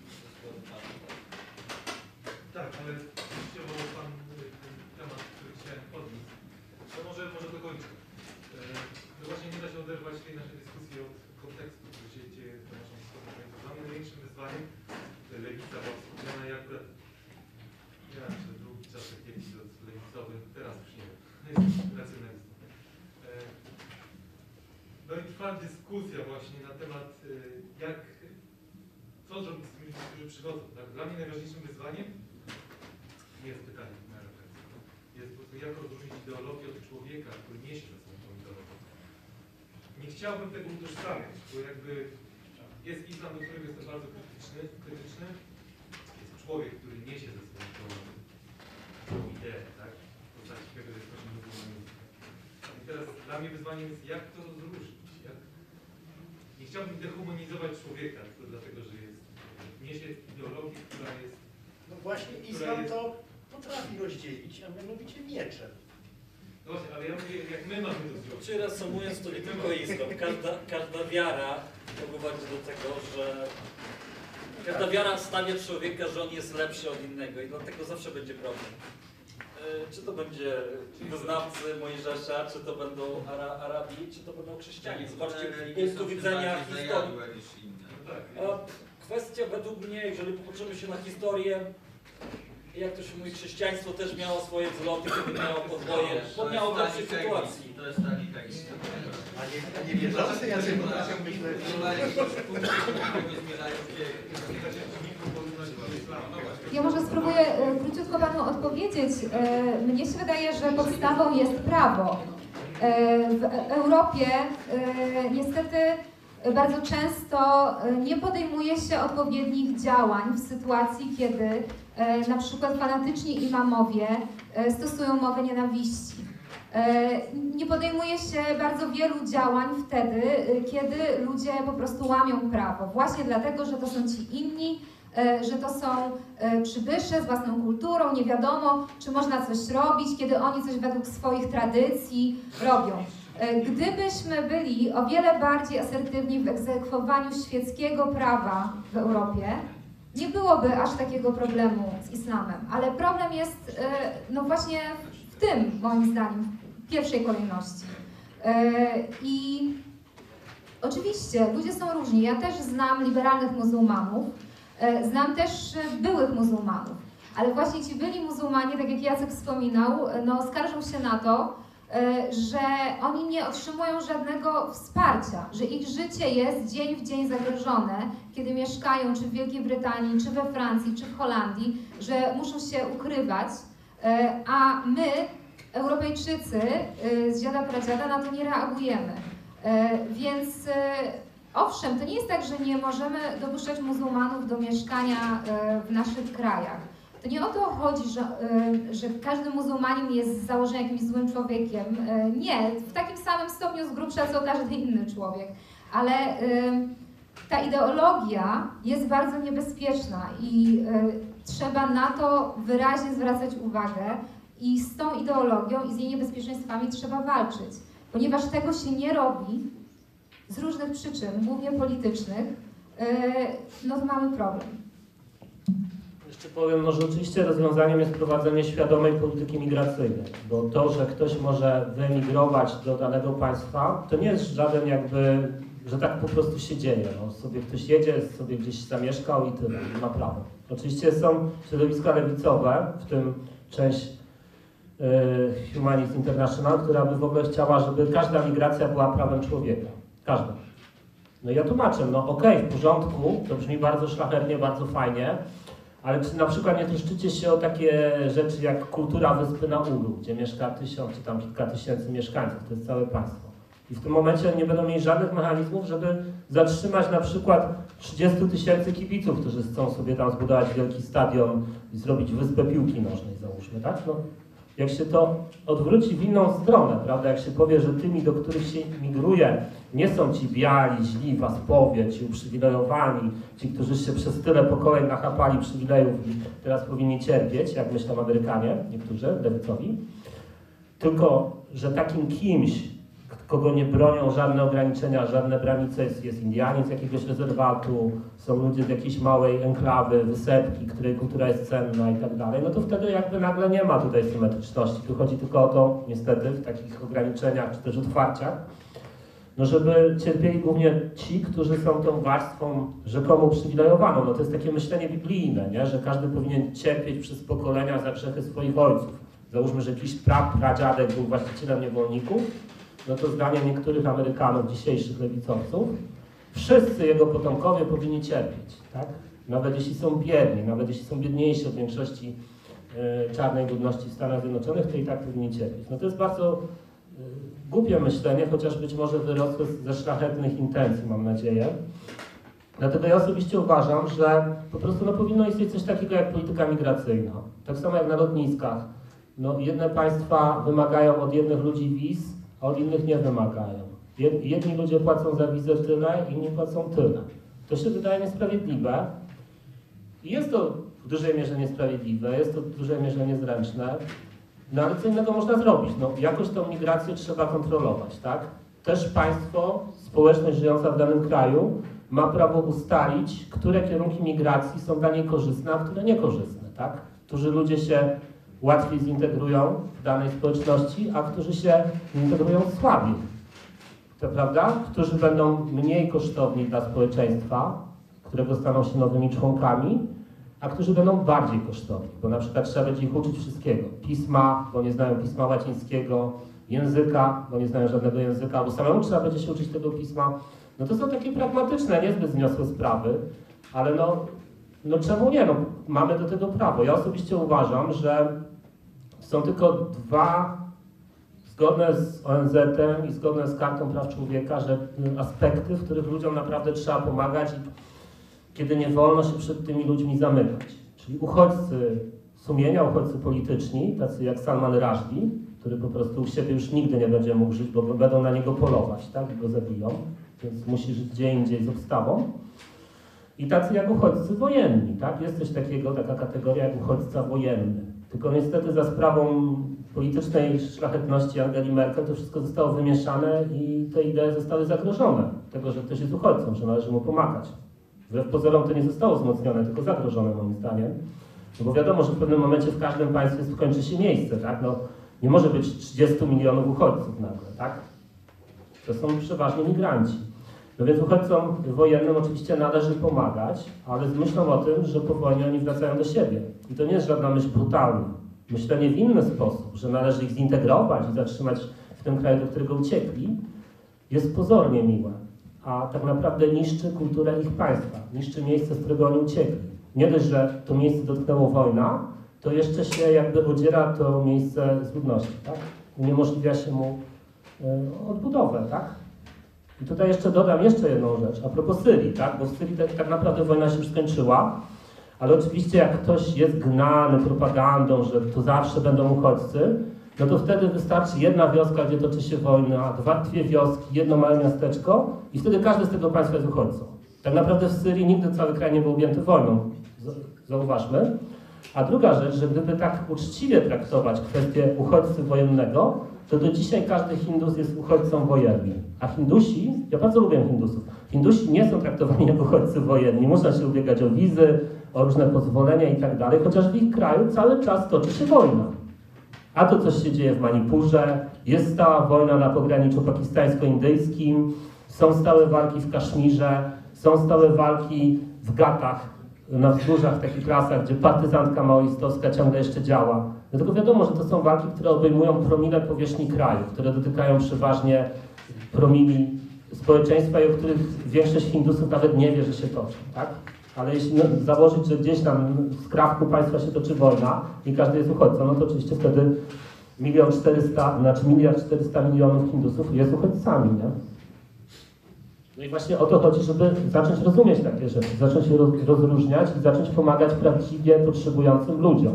Speaker 7: Tak, ale oczywiście był Pan ten temat, który chciałem podnieść. To może, może dokończę. No właśnie nie da się oderwać tej naszej dyskusji od kontekstu, który się dzieje w naszą historię. Dla mnie największym wyzwaniem lewica była wspomniana i akurat nie wiem, czy długi czas taki epizod lewicowy, teraz już nie wiem, jest racjonalistą. No i trwa dyskusja właśnie na temat jak, co zrobić z tymi ludźmi, którzy przychodzą. Tak? Dla mnie najważniejszym wyzwaniem nie jest pytanie, jest po prostu jak rozróżnić ideologię od człowieka, który niesie ze sobą tą ideologię. Nie chciałbym tego utożsamiać, bo jakby jest islam, do którego jestem bardzo krytyczny, krytyczny. Jest człowiek, który niesie ze sobą tą, tą ideę, tak? W postaci tego, że jesteśmy muzułmanami. I teraz dla mnie wyzwaniem jest, jak to rozróżnić. Jak... Nie chciałbym dehumanizować człowieka, tylko dlatego, że jest, niesie ideologię, która jest...
Speaker 5: No właśnie islam to potrafi rozdzielić, a mianowicie mieczem.
Speaker 7: No właśnie, ale ja mówię, jak my mamy to zrobić.
Speaker 8: Czy reasumując, to nie tylko islam. Każda, każda wiara prowadzi do tego, że każda wiara stawia człowieka, że on jest lepszy od innego i dlatego zawsze będzie problem. E, Czy to będzie wyznawcy Mojżesza, czy to będą Ara Arabi, czy to będą chrześcijanie. Zobaczcie, z punktu widzenia historii. A kwestia według mnie, jeżeli popatrzymy się na historię, jak to się mówi, chrześcijaństwo też miało swoje wzloty, kiedy miało podwoje, bo miało lepszej sytuacji.
Speaker 4: To jest tragika historia.
Speaker 5: A nie, a nie wierzący jacy potrafią myśleć.
Speaker 9: Ja może spróbuję e, króciutko Panu odpowiedzieć. E, mnie się wydaje, że podstawą jest prawo. E, w Europie e, niestety bardzo często nie podejmuje się odpowiednich działań w sytuacji, kiedy e, na przykład fanatyczni imamowie e, stosują mowę nienawiści. E, nie podejmuje się bardzo wielu działań wtedy, e, kiedy ludzie po prostu łamią prawo. Właśnie dlatego, że to są ci inni, e, że to są e, przybysze z własną kulturą, nie wiadomo, czy można coś robić, kiedy oni coś według swoich tradycji robią. Gdybyśmy byli o wiele bardziej asertywni w egzekwowaniu świeckiego prawa w Europie, nie byłoby aż takiego problemu z islamem. Ale problem jest no właśnie w tym, moim zdaniem, w pierwszej kolejności. I oczywiście ludzie są różni. Ja też znam liberalnych muzułmanów, znam też byłych muzułmanów, ale właśnie ci byli muzułmanie, tak jak Jacek wspominał, no skarżą się na to, że oni nie otrzymują żadnego wsparcia, że ich życie jest dzień w dzień zagrożone, kiedy mieszkają czy w Wielkiej Brytanii, czy we Francji, czy w Holandii, że muszą się ukrywać, a my, Europejczycy z dziada pradziada, na to nie reagujemy. Więc owszem, to nie jest tak, że nie możemy dopuszczać muzułmanów do mieszkania w naszych krajach. To nie o to chodzi, że, że każdy muzułmanin jest z założenia jakimś złym człowiekiem. Nie, w takim samym stopniu z grubsza co każdy inny człowiek. Ale ta ideologia jest bardzo niebezpieczna i trzeba na to wyraźnie zwracać uwagę i z tą ideologią i z jej niebezpieczeństwami trzeba walczyć. Ponieważ tego się nie robi z różnych przyczyn, głównie politycznych, no to mamy problem.
Speaker 2: Jeszcze powiem, może oczywiście rozwiązaniem jest prowadzenie świadomej polityki migracyjnej, bo to, że ktoś może wyemigrować do danego państwa, to nie jest żaden jakby, że tak po prostu się dzieje. No, sobie ktoś jedzie, sobie gdzieś zamieszkał i tyle, ma prawo. Oczywiście są środowiska lewicowe, w tym część Humanist International, która by w ogóle chciała, żeby każda migracja była prawem człowieka. Każda. No i ja tłumaczę, no okej, okay, w porządku, to brzmi bardzo szlachetnie, bardzo fajnie, ale czy na przykład nie troszczycie się o takie rzeczy jak kultura wyspy na Ulu, gdzie mieszka tysiąc czy tam kilka tysięcy mieszkańców, to jest całe państwo. I w tym momencie nie będą mieli żadnych mechanizmów, żeby zatrzymać na przykład trzydzieści tysięcy kibiców, którzy chcą sobie tam zbudować wielki stadion i zrobić wyspę piłki nożnej, załóżmy, tak? No, jak się to odwróci w inną stronę, prawda? Jak się powie, że tymi, do których się migruje, nie są ci biali, źli, waspowie, ci uprzywilejowani, ci, którzy się przez tyle pokoleń nachapali przywilejów i teraz powinni cierpieć, jak myślą Amerykanie, niektórzy, lewicowi, tylko, że takim kimś, kogo nie bronią żadne ograniczenia, żadne granice, jest, jest Indianin z jakiegoś rezerwatu, są ludzie z jakiejś małej enklawy, wysepki, której kultura jest cenna i tak dalej, no to wtedy jakby nagle nie ma tutaj symetryczności. Tu chodzi tylko o to, niestety, w takich ograniczeniach czy też otwarciach, no żeby cierpieli głównie ci, którzy są tą warstwą rzekomo uprzywilejowaną. No to jest takie myślenie biblijne, nie? Że każdy powinien cierpieć przez pokolenia za grzechy swoich ojców. Załóżmy, że jakiś pra, pradziadek był właścicielem niewolników, no to zdaniem niektórych Amerykanów, dzisiejszych lewicowców, wszyscy jego potomkowie powinni cierpieć, tak? Nawet jeśli są biedni, nawet jeśli są biedniejsi od większości y, czarnej ludności w Stanach Zjednoczonych, to i tak powinni cierpieć. No to jest bardzo y, głupie myślenie, chociaż być może wyrosłe ze szlachetnych intencji, mam nadzieję. Dlatego ja osobiście uważam, że po prostu no, powinno istnieć coś takiego jak polityka migracyjna. Tak samo jak na lotniskach. No, jedne państwa wymagają od jednych ludzi wiz, a od innych nie wymagają. Jedni ludzie płacą za wizę tyle, inni płacą tyle. To się wydaje niesprawiedliwe i jest to w dużej mierze niesprawiedliwe, jest to w dużej mierze niezręczne, no ale co innego można zrobić? No, jakoś tą migrację trzeba kontrolować, tak? Też państwo, społeczność żyjąca w danym kraju ma prawo ustalić, które kierunki migracji są dla niej korzystne, a które niekorzystne, tak? Którzy ludzie się łatwiej zintegrują w danej społeczności, a którzy się zintegrują słabiej. To prawda? Którzy będą mniej kosztowni dla społeczeństwa, którego staną się nowymi członkami, a którzy będą bardziej kosztowni, bo na przykład trzeba będzie ich uczyć wszystkiego. Pisma, bo nie znają pisma łacińskiego, języka, bo nie znają żadnego języka, albo samemu trzeba będzie się uczyć tego pisma. No to są takie pragmatyczne, niezbyt wzniosłe sprawy, ale no, no czemu nie? No, mamy do tego prawo. Ja osobiście uważam, że są tylko dwa zgodne z O N Z em i zgodne z Kartą Praw Człowieka, że aspekty, w których ludziom naprawdę trzeba pomagać i kiedy nie wolno się przed tymi ludźmi zamykać. Czyli uchodźcy sumienia, uchodźcy polityczni, tacy jak Salman Rushdie, który po prostu u siebie już nigdy nie będzie mógł żyć, bo będą na niego polować, tak? I go zabiją, więc musi żyć gdzie indziej z obstawą. I tacy jak uchodźcy wojenni, tak? Jest coś takiego, taka kategoria jak uchodźca wojenny. Tylko niestety za sprawą politycznej szlachetności Angeli Merkel to wszystko zostało wymieszane i te idee zostały zagrożone. Tego, że ktoś jest uchodźcą, że należy mu pomagać. Wbrew pozorom to nie zostało wzmocnione, tylko zagrożone moim zdaniem. No bo wiadomo, że w pewnym momencie w każdym państwie skończy się miejsce, tak? No, nie może być trzydziestu milionów uchodźców nagle, tak? To są przeważnie migranci. No więc uchodźcom wojennym oczywiście należy pomagać, ale z myślą o tym, że po wojnie oni wracają do siebie. I to nie jest żadna myśl brutalna. Myślenie w inny sposób, że należy ich zintegrować i zatrzymać w tym kraju, do którego uciekli, jest pozornie miłe. A tak naprawdę niszczy kulturę ich państwa, niszczy miejsce, z którego oni uciekli. Nie dość, że to miejsce dotknęło wojna, to jeszcze się jakby odziera to miejsce z ludności, tak? Uniemożliwia się mu y, odbudowę, tak? I tutaj jeszcze dodam jeszcze jedną rzecz, a propos Syrii, tak? Bo w Syrii tak, tak naprawdę wojna się już skończyła, ale oczywiście jak ktoś jest gnany propagandą, że to zawsze będą uchodźcy, no to wtedy wystarczy jedna wioska, gdzie toczy się wojna, dwa, dwie wioski, jedno małe miasteczko i wtedy każdy z tego państwa jest uchodźcą. Tak naprawdę w Syrii nigdy cały kraj nie był objęty wojną, zauważmy. A druga rzecz, że gdyby tak uczciwie traktować kwestię uchodźcy wojennego, to do dzisiaj każdy Hindus jest uchodźcą wojennym. A Hindusi, ja bardzo lubię Hindusów, Hindusi nie są traktowani jako uchodźcy wojenni. Można się ubiegać o wizy, o różne pozwolenia i tak dalej, chociaż w ich kraju cały czas toczy się wojna. A to coś się dzieje w Manipurze, jest stała wojna na pograniczu pakistańsko-indyjskim, są stałe walki w Kaszmirze, są stałe walki w Gatach, na wzgórzach, takich lasach, gdzie partyzantka maoistowska ciągle jeszcze działa. Dlatego wiadomo, że to są walki, które obejmują promile powierzchni kraju, które dotykają przeważnie promili społeczeństwa i o których większość Hindusów nawet nie wie, że się toczą, tak? Ale jeśli no, założyć, że gdzieś tam w skrawku państwa się toczy wojna i każdy jest uchodźcą, no to oczywiście wtedy milion czterysta, znaczy miliard czterysta milionów Hindusów jest uchodźcami, nie? No i właśnie o to chodzi, żeby zacząć rozumieć takie rzeczy, zacząć je roz, rozróżniać i zacząć pomagać prawdziwie potrzebującym ludziom.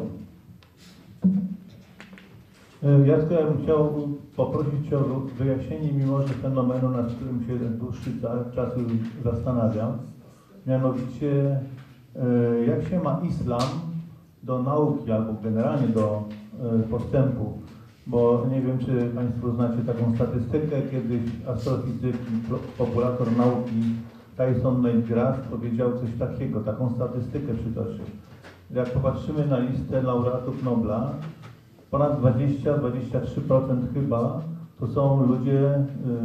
Speaker 1: Jacku, ja bym chciał poprosić Cię o wyjaśnienie, mimo że fenomenu, nad którym się dłuższy czas już zastanawiam. Mianowicie, jak się ma islam do nauki albo generalnie do postępu? Bo nie wiem, czy Państwo znacie taką statystykę, kiedyś astrofizyk i populator nauki Tyson McGrath powiedział coś takiego, taką statystykę przytoczył. Jak popatrzymy na listę laureatów Nobla, ponad dwadzieścia do dwudziestu trzech procent chyba to są ludzie yy,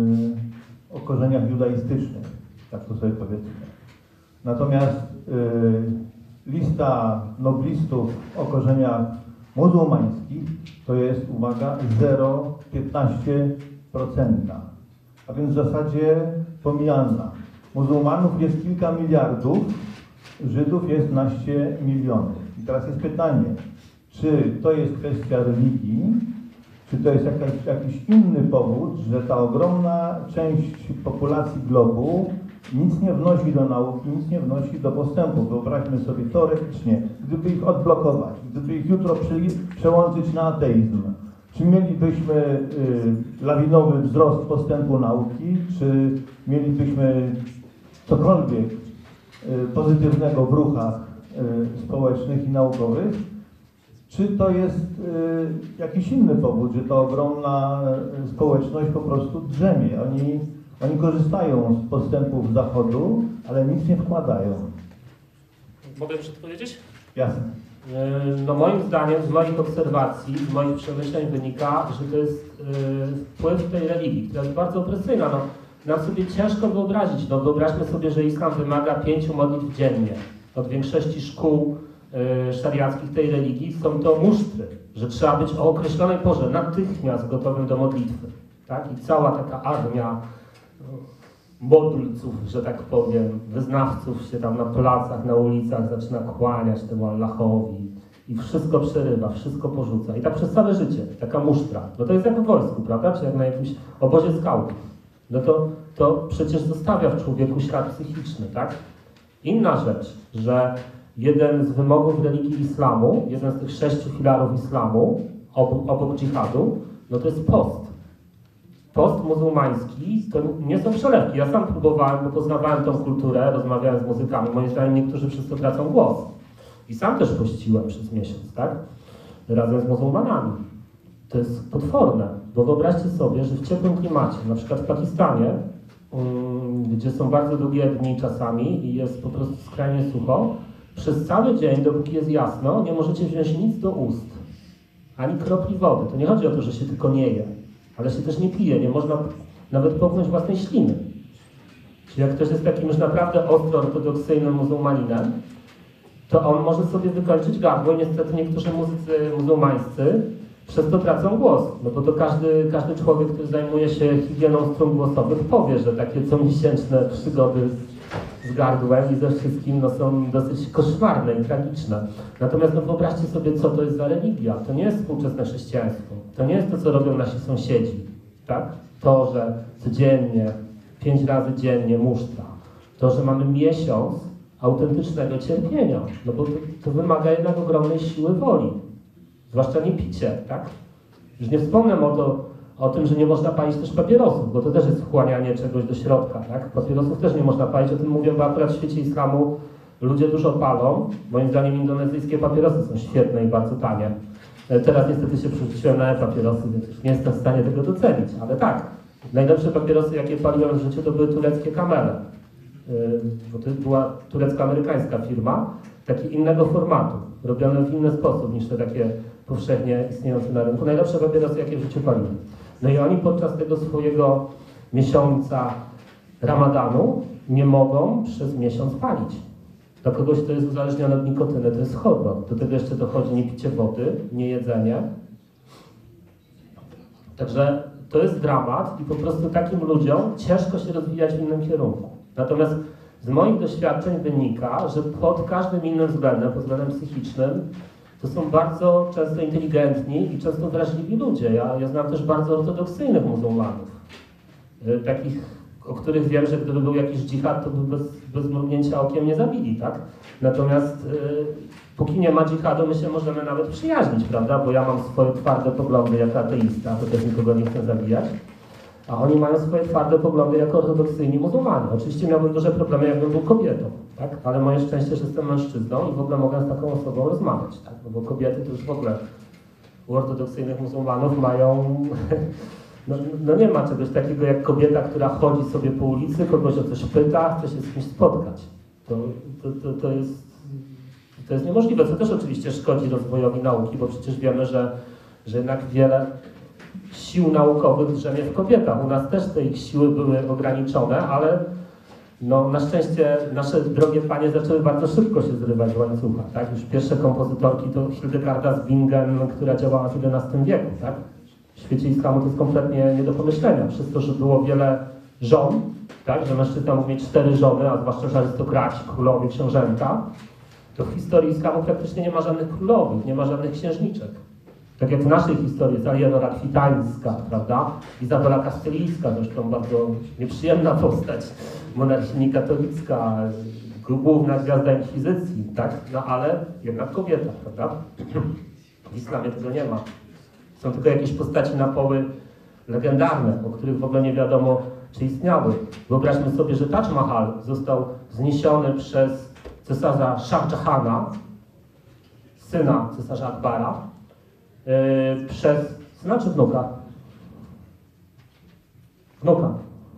Speaker 1: o korzeniach judaistycznych, tak to sobie powiedzmy. Natomiast yy, lista noblistów o korzeniach muzułmańskich to jest, uwaga, zero przecinek piętnaście procent, a więc w zasadzie pomijalna. Muzułmanów jest kilka miliardów, Żydów jest naście milionów. I teraz jest pytanie, czy to jest kwestia religii, czy to jest jakaś, jakiś inny powód, że ta ogromna część populacji globu nic nie wnosi do nauki, nic nie wnosi do postępu. Wyobraźmy sobie teoretycznie, gdyby ich odblokować, gdyby ich jutro przy, przełączyć na ateizm, czy mielibyśmy y, lawinowy wzrost postępu nauki, czy mielibyśmy cokolwiek y, pozytywnego w ruchach y, społecznych i naukowych, czy to jest y, jakiś inny powód, że ta ogromna y, społeczność po prostu drzemie. Oni, oni korzystają z postępów Zachodu, ale nic nie wkładają.
Speaker 2: Mogę już odpowiedzieć?
Speaker 1: Jasne.
Speaker 2: No moim zdaniem, z moich obserwacji, z moich przemyśleń wynika, że to jest yy, wpływ tej religii, która jest bardzo opresyjna. No, nam sobie ciężko wyobrazić, no wyobraźmy sobie, że islam wymaga pięciu modlitw dziennie. Od większości szkół yy, szariackich tej religii są to musztry, że trzeba być o określonej porze natychmiast gotowym do modlitwy. Tak? I cała taka armia modlców, że tak powiem, wyznawców się tam na placach, na ulicach zaczyna kłaniać temu Allahowi i wszystko przerywa, wszystko porzuca. I tak przez całe życie, taka musztra. No to jest jak w wojsku, prawda? Czy jak na jakimś obozie skautów. No to, to przecież zostawia w człowieku ślad psychiczny, tak? Inna rzecz, że jeden z wymogów religii islamu, jeden z tych sześciu filarów islamu, obok, obok dżihadu, no to jest post. Post muzułmański to nie są przelewki. Ja sam próbowałem, bo poznawałem tą kulturę, rozmawiałem z muzykami. Moim zdaniem niektórzy przez to tracą głos. I sam też pościłem przez miesiąc, tak? Razem z muzułmanami. To jest potworne, bo wyobraźcie sobie, że w ciepłym klimacie, na przykład w Pakistanie, um, gdzie są bardzo długie dni czasami i jest po prostu skrajnie sucho, przez cały dzień, dopóki jest jasno, nie możecie wziąć nic do ust. Ani kropli wody. To nie chodzi o to, że się tylko nie je. Ale się też nie pije, nie można nawet połknąć własnej śliny. Czyli jak ktoś jest takim już naprawdę ostro ortodoksyjnym muzułmaninem, to on może sobie wykończyć gardło i niestety niektórzy muzycy muzułmańscy przez to tracą głos. No bo to każdy, każdy człowiek, który zajmuje się higieną strun głosowych, powie, że takie comiesięczne przygody z, z gardłem i ze wszystkim no, są dosyć koszmarne i tragiczne. Natomiast no, wyobraźcie sobie, co to jest za religia. To nie jest współczesne chrześcijaństwo. To nie jest to, co robią nasi sąsiedzi. Tak? To, że codziennie, pięć razy dziennie musztra. To, że mamy miesiąc autentycznego cierpienia. No bo to, to wymaga jednak ogromnej siły woli. Zwłaszcza nie picie, tak? Już nie wspomnę o, to, o tym, że nie można palić też papierosów, bo to też jest wchłanianie czegoś do środka, tak? Papierosów też nie można palić, o tym mówię, bo akurat w świecie islamu ludzie dużo palą. Moim zdaniem indonezyjskie papierosy są świetne i bardzo tanie. Teraz niestety się przerzuciłem na e-papierosy, więc już nie jestem w stanie tego docenić, ale tak. Najlepsze papierosy, jakie paliłem w życiu, to były tureckie Camele. Bo to była turecko-amerykańska firma, takie innego formatu, robione w inny sposób niż te takie powszechnie istniejące na rynku. Najlepsze papierosy, jakie w życiu paliłem. No i oni podczas tego swojego miesiąca ramadanu nie mogą przez miesiąc palić. Dla kogoś, kto jest uzależniony od nikotyny, to jest choroba. Do tego jeszcze dochodzi niepicie wody, niejedzenie. Także to jest dramat i po prostu takim ludziom ciężko się rozwijać w innym kierunku. Natomiast z moich doświadczeń wynika, że pod każdym innym względem, pod względem psychicznym, to są bardzo często inteligentni i często wrażliwi ludzie. Ja, ja znam też bardzo ortodoksyjnych muzułmanów, yy, takich, o których wiem, że gdyby był jakiś dżihad, to by bez, bez mrugnięcia okiem nie zabili, tak? Natomiast yy, póki nie ma dżihadu, my się możemy nawet przyjaźnić, prawda? Bo ja mam swoje twarde poglądy jako ateista, to też nikogo nie chcę zabijać, a oni mają swoje twarde poglądy jako ortodoksyjni muzułmanie. Oczywiście miałbym duże problemy, jakbym był kobietą, tak? Ale moje szczęście, że jestem mężczyzną i w ogóle mogę z taką osobą rozmawiać, tak? No bo kobiety to już w ogóle u ortodoksyjnych muzułmanów mają... No, no nie ma czegoś takiego jak kobieta, która chodzi sobie po ulicy, kogoś o coś pyta, chce się z kimś spotkać. To, to, to, to, jest, to jest niemożliwe, co też oczywiście szkodzi rozwojowi nauki, bo przecież wiemy, że, że jednak wiele sił naukowych drzemie w kobietach. U nas też te ich siły były ograniczone, ale no, na szczęście nasze drogie panie zaczęły bardzo szybko się zrywać w łańcuchach. Tak? Już pierwsze kompozytorki to Hildegarda z Bingen, która działała w jedenastym wieku. Tak? W świecie islamu to jest kompletnie nie do pomyślenia. Przez to, że było wiele żon, tak? Że mężczyzna mógł mieć cztery żony, a zwłaszcza, że arystokraci, królowie, książęta, to w historii islamu praktycznie nie ma żadnych królowych, nie ma żadnych księżniczek. Tak jak w naszej historii jest Alienora Kwitańska, prawda? Izabela Kastylijska, zresztą bardzo nieprzyjemna postać, monarchini katolicka, główna gwiazda inkwizycji, tak? No ale jednak kobieta, prawda? W islamie tego nie ma. Są tylko jakieś postaci na poły legendarne, o których w ogóle nie wiadomo, czy istniały. Wyobraźmy sobie, że Taj Mahal został zniesiony przez cesarza Shah Jahana, syna cesarza Akbara, yy, przez syna czy wnuka? Wnuka.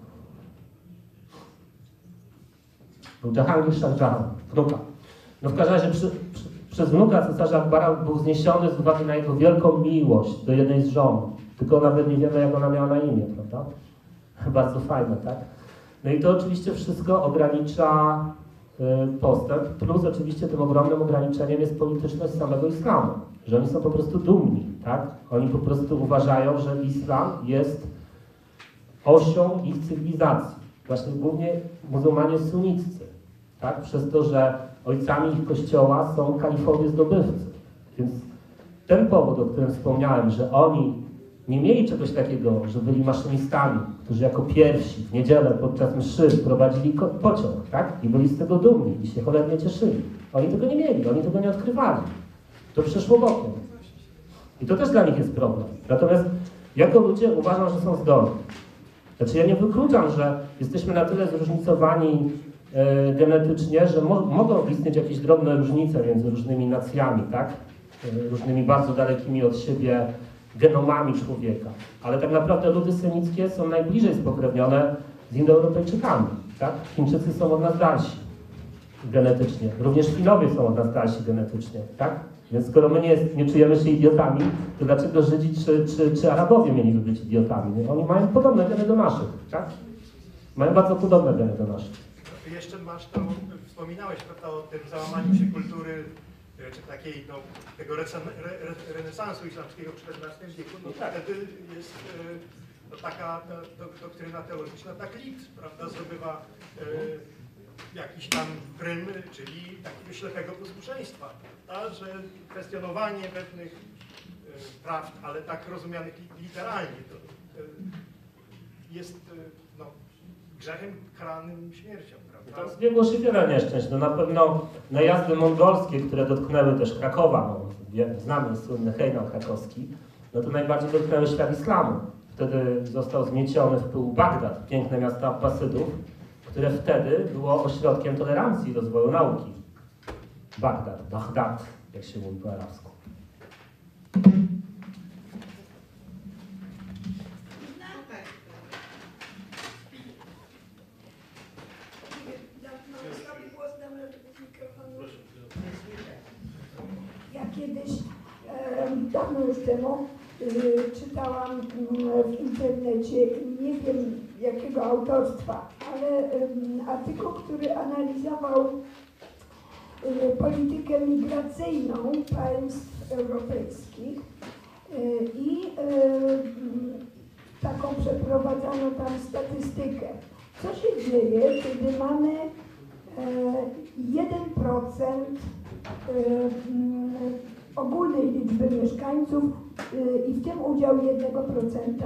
Speaker 2: Był Jahangir Shah Jahan, wnuka. No w każdym razie przy, przy, przez wnuka cesarza Akbara był zniesiony z uwagi na jego wielką miłość do jednej z żon. Tylko nawet nie wiemy, jak ona miała na imię, prawda? Bardzo fajne, tak? No i to oczywiście wszystko ogranicza y, postęp, plus oczywiście tym ogromnym ograniczeniem jest polityczność samego islamu, że oni są po prostu dumni, tak? Oni po prostu uważają, że islam jest osią ich cywilizacji. Właśnie głównie muzułmanie sunniccy, tak? Przez to, że ojcami ich kościoła są kalifowie zdobywcy. Więc ten powód, o którym wspomniałem, że oni nie mieli czegoś takiego, że byli maszynistami, którzy jako pierwsi w niedzielę podczas mszy prowadzili pociąg, tak? I byli z tego dumni i się cholernie cieszyli. Oni tego nie mieli, oni tego nie odkrywali. To przeszło bokiem. I to też dla nich jest problem. Natomiast jako ludzie uważam, że są zdolni. Znaczy ja nie wykluczam, że jesteśmy na tyle zróżnicowani e, genetycznie, że mo mogą istnieć jakieś drobne różnice między różnymi nacjami, tak? E, różnymi bardzo dalekimi od siebie genomami człowieka. Ale tak naprawdę ludy semickie są najbliżej spokrewnione z Indoeuropejczykami, tak? Chińczycy są od nas dalsi genetycznie. Również Finowie są od nas dalsi genetycznie, tak? Więc skoro my nie, nie czujemy się idiotami, to dlaczego Żydzi czy, czy, czy Arabowie mieliby być idiotami? Nie? Oni mają podobne geny do naszych, tak? Mają bardzo podobne geny do naszych.
Speaker 5: Jeszcze masz to, wspominałeś, prawda, o tym załamaniu się kultury, czy takiej, no, tego re, re, renesansu islamskiego w czternastym wieku, no to wtedy jest no, taka no, doktryna teologiczna, taklit, prawda, zdobywa e, jakiś tam prym, czyli takiego ślepego posłuszeństwa, prawda, że kwestionowanie pewnych e, prawd, ale tak rozumianych literalnie, to e, jest e, no, grzechem karanym śmiercią.
Speaker 2: To zbiegło się wiele nieszczęść. No na pewno najazdy mongolskie, które dotknęły też Krakowa, no, znamy słynny hejnał krakowski, no to najbardziej dotknęły świat islamu. Wtedy został zmieciony w pył Bagdad, piękne miasto Abbasydów, które wtedy było ośrodkiem tolerancji i rozwoju nauki. Bagdad, Bagdad, jak się mówi po arabsku.
Speaker 10: Ja kiedyś, e, dawno już temu, e, czytałam w internecie, nie wiem jakiego autorstwa, ale e, artykuł, który analizował politykę migracyjną państw europejskich i taką przeprowadzono tam statystykę. Co się dzieje, kiedy mamy jeden procent ogólnej liczby mieszkańców i w tym udział jeden procent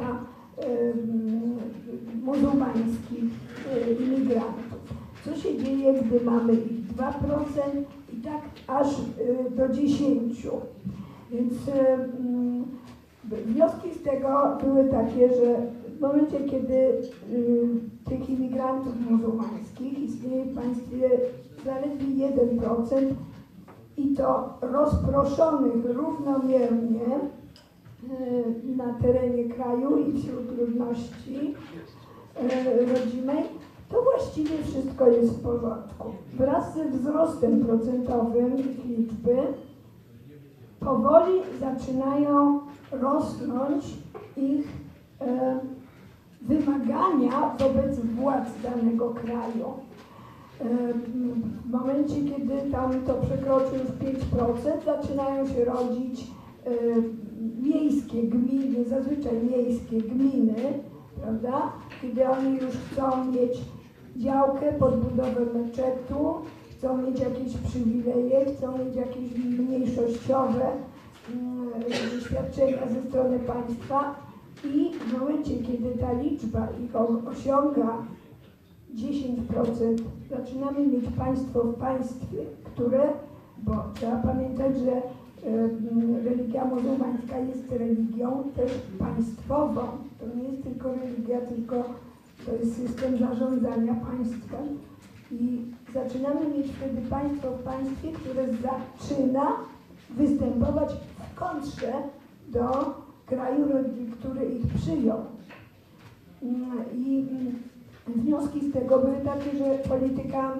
Speaker 10: muzułmańskich imigrantów. Co się dzieje, gdy mamy ich dwa procent i tak aż do dziesięć procent. Więc wnioski z tego były takie, że w momencie, kiedy tych imigrantów muzułmańskich istnieje w państwie zaledwie jeden procent i to rozproszonych równomiernie na terenie kraju i wśród ludności rodzimej, to właściwie wszystko jest w porządku. Wraz ze wzrostem procentowym ich liczby powoli zaczynają rosnąć ich e, wymagania wobec władz danego kraju. E, w momencie, kiedy tam to przekroczy już pięć procent, zaczynają się rodzić e, miejskie gminy, zazwyczaj miejskie gminy, prawda? Kiedy oni już chcą mieć działkę pod budowę meczetu, chcą mieć jakieś przywileje, chcą mieć jakieś mniejszościowe um, świadczenia ze strony państwa i w momencie, kiedy ta liczba ich osiąga dziesięć procent, zaczynamy mieć państwo w państwie, które, bo trzeba pamiętać, że um, religia muzułmańska jest religią też państwową. To nie jest tylko religia, tylko to jest system zarządzania państwem. I zaczynamy mieć wtedy państwo w państwie, które zaczyna występować w kontrze do kraju, który ich przyjął. I wnioski z tego były takie, że polityka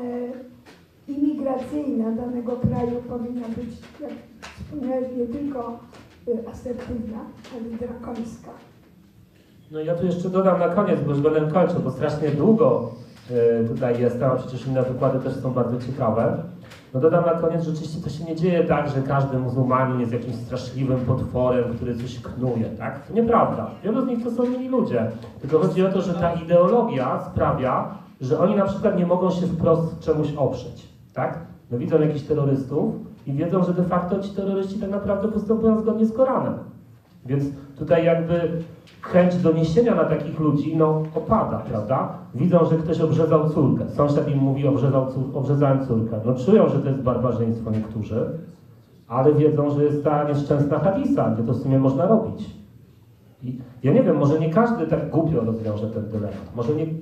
Speaker 10: imigracyjna danego kraju powinna być, jak wspomniałeś, nie tylko asertywna, ale drakońska.
Speaker 2: No i ja tu jeszcze dodam na koniec, bo już będę kończył, bo strasznie długo tutaj jestem, a przecież inne wykłady też są bardzo ciekawe. No dodam na koniec, że rzeczywiście to się nie dzieje tak, że każdy muzułmanin jest jakimś straszliwym potworem, który coś knuje, tak? To nieprawda. Wielu z nich to są mili ludzie. Tylko chodzi o to, że ta ideologia sprawia, że oni na przykład nie mogą się wprost czemuś oprzeć, tak? No widzą jakichś terrorystów i wiedzą, że de facto ci terroryści tak naprawdę postępują zgodnie z Koranem. Więc tutaj jakby chęć doniesienia na takich ludzi, no, opada, prawda? Widzą, że ktoś obrzezał córkę. Sąsiad im mówi, obrzezał cór, obrzezałem córkę. No czują, że to jest barbarzyństwo niektórzy, ale wiedzą, że jest ta nieszczęsna hadisa, gdzie to w sumie można robić. I ja nie wiem, może nie każdy tak głupio rozwiąże ten dylemat. Może nie,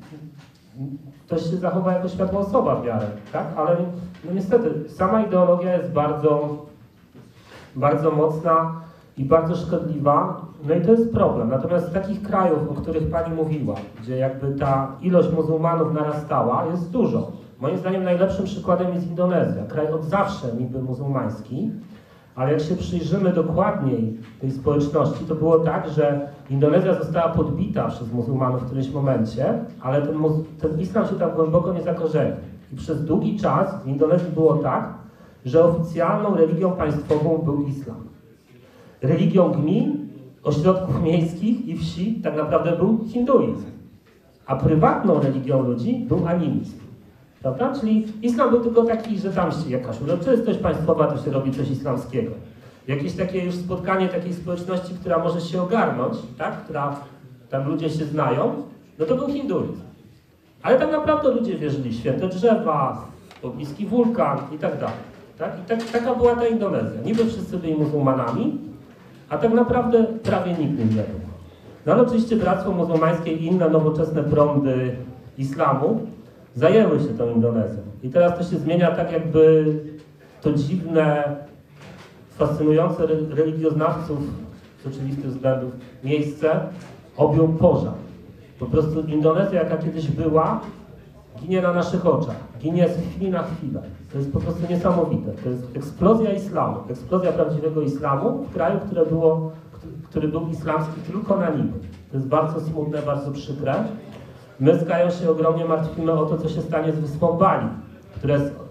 Speaker 2: ktoś się zachowa jako światła osoba w miarę, tak? Ale no niestety, sama ideologia jest bardzo, bardzo mocna i bardzo szkodliwa, no i to jest problem. Natomiast z takich krajów, o których Pani mówiła, gdzie jakby ta ilość muzułmanów narastała, jest dużo. Moim zdaniem najlepszym przykładem jest Indonezja. Kraj od zawsze niby muzułmański, ale jak się przyjrzymy dokładniej tej społeczności, to było tak, że Indonezja została podbita przez muzułmanów w którymś momencie, ale ten, ten islam się tam głęboko nie zakorzenił. I przez długi czas w Indonezji było tak, że oficjalną religią państwową był islam. Religią gmin, ośrodków miejskich i wsi tak naprawdę był hinduizm, a prywatną religią ludzi był animizm. Prawda? Czyli islam był tylko taki, że tam się jakaś uroczystość państwowa, to się robi coś islamskiego. Jakieś takie już spotkanie takiej społeczności, która może się ogarnąć, tak? Która tam ludzie się znają, no to był hinduizm. Ale tak naprawdę ludzie wierzyli w święte drzewa, w pobliski wulkan i tak dalej. Tak? I tak, taka była ta Indonezja. Niby wszyscy byli muzułmanami, a tak naprawdę prawie nikt nie był. No ale oczywiście Bractwo Muzułmańskie i inne nowoczesne prądy islamu zajęły się tą Indonezją. I teraz to się zmienia tak, jakby to dziwne, fascynujące religioznawców z oczywistych względów miejsce objął pożar. Po prostu Indonezja, jaka kiedyś była, ginie na naszych oczach. Ginie z chwili na chwilę. To jest po prostu niesamowite. To jest eksplozja islamu, eksplozja prawdziwego islamu w kraju, które było, który był islamski tylko na niby. To jest bardzo smutne, bardzo przykre. My z Kają się ogromnie martwimy o to, co się stanie z wyspą Bali, która jest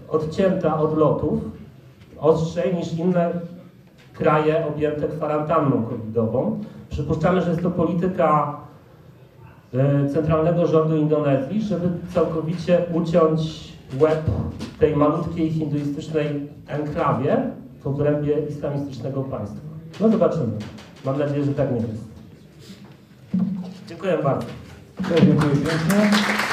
Speaker 2: odcięta od lotów ostrzej niż inne kraje objęte kwarantanną covidową. Przypuszczamy, że jest to polityka y, centralnego rządu Indonezji, żeby całkowicie uciąć łeb tej malutkiej hinduistycznej enklawie w obrębie islamistycznego państwa. No zobaczymy. Mam nadzieję, że tak nie jest. Dziękuję bardzo.
Speaker 1: Dziękuję pięknie.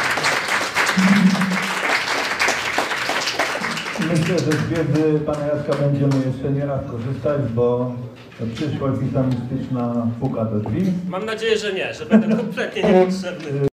Speaker 1: Myślę, że z wiedzy pana Jacka będziemy jeszcze nie raz korzystać, bo przyszłość islamistyczna puka do drzwi.
Speaker 2: Mam nadzieję, że nie, że będę kompletnie niepotrzebny.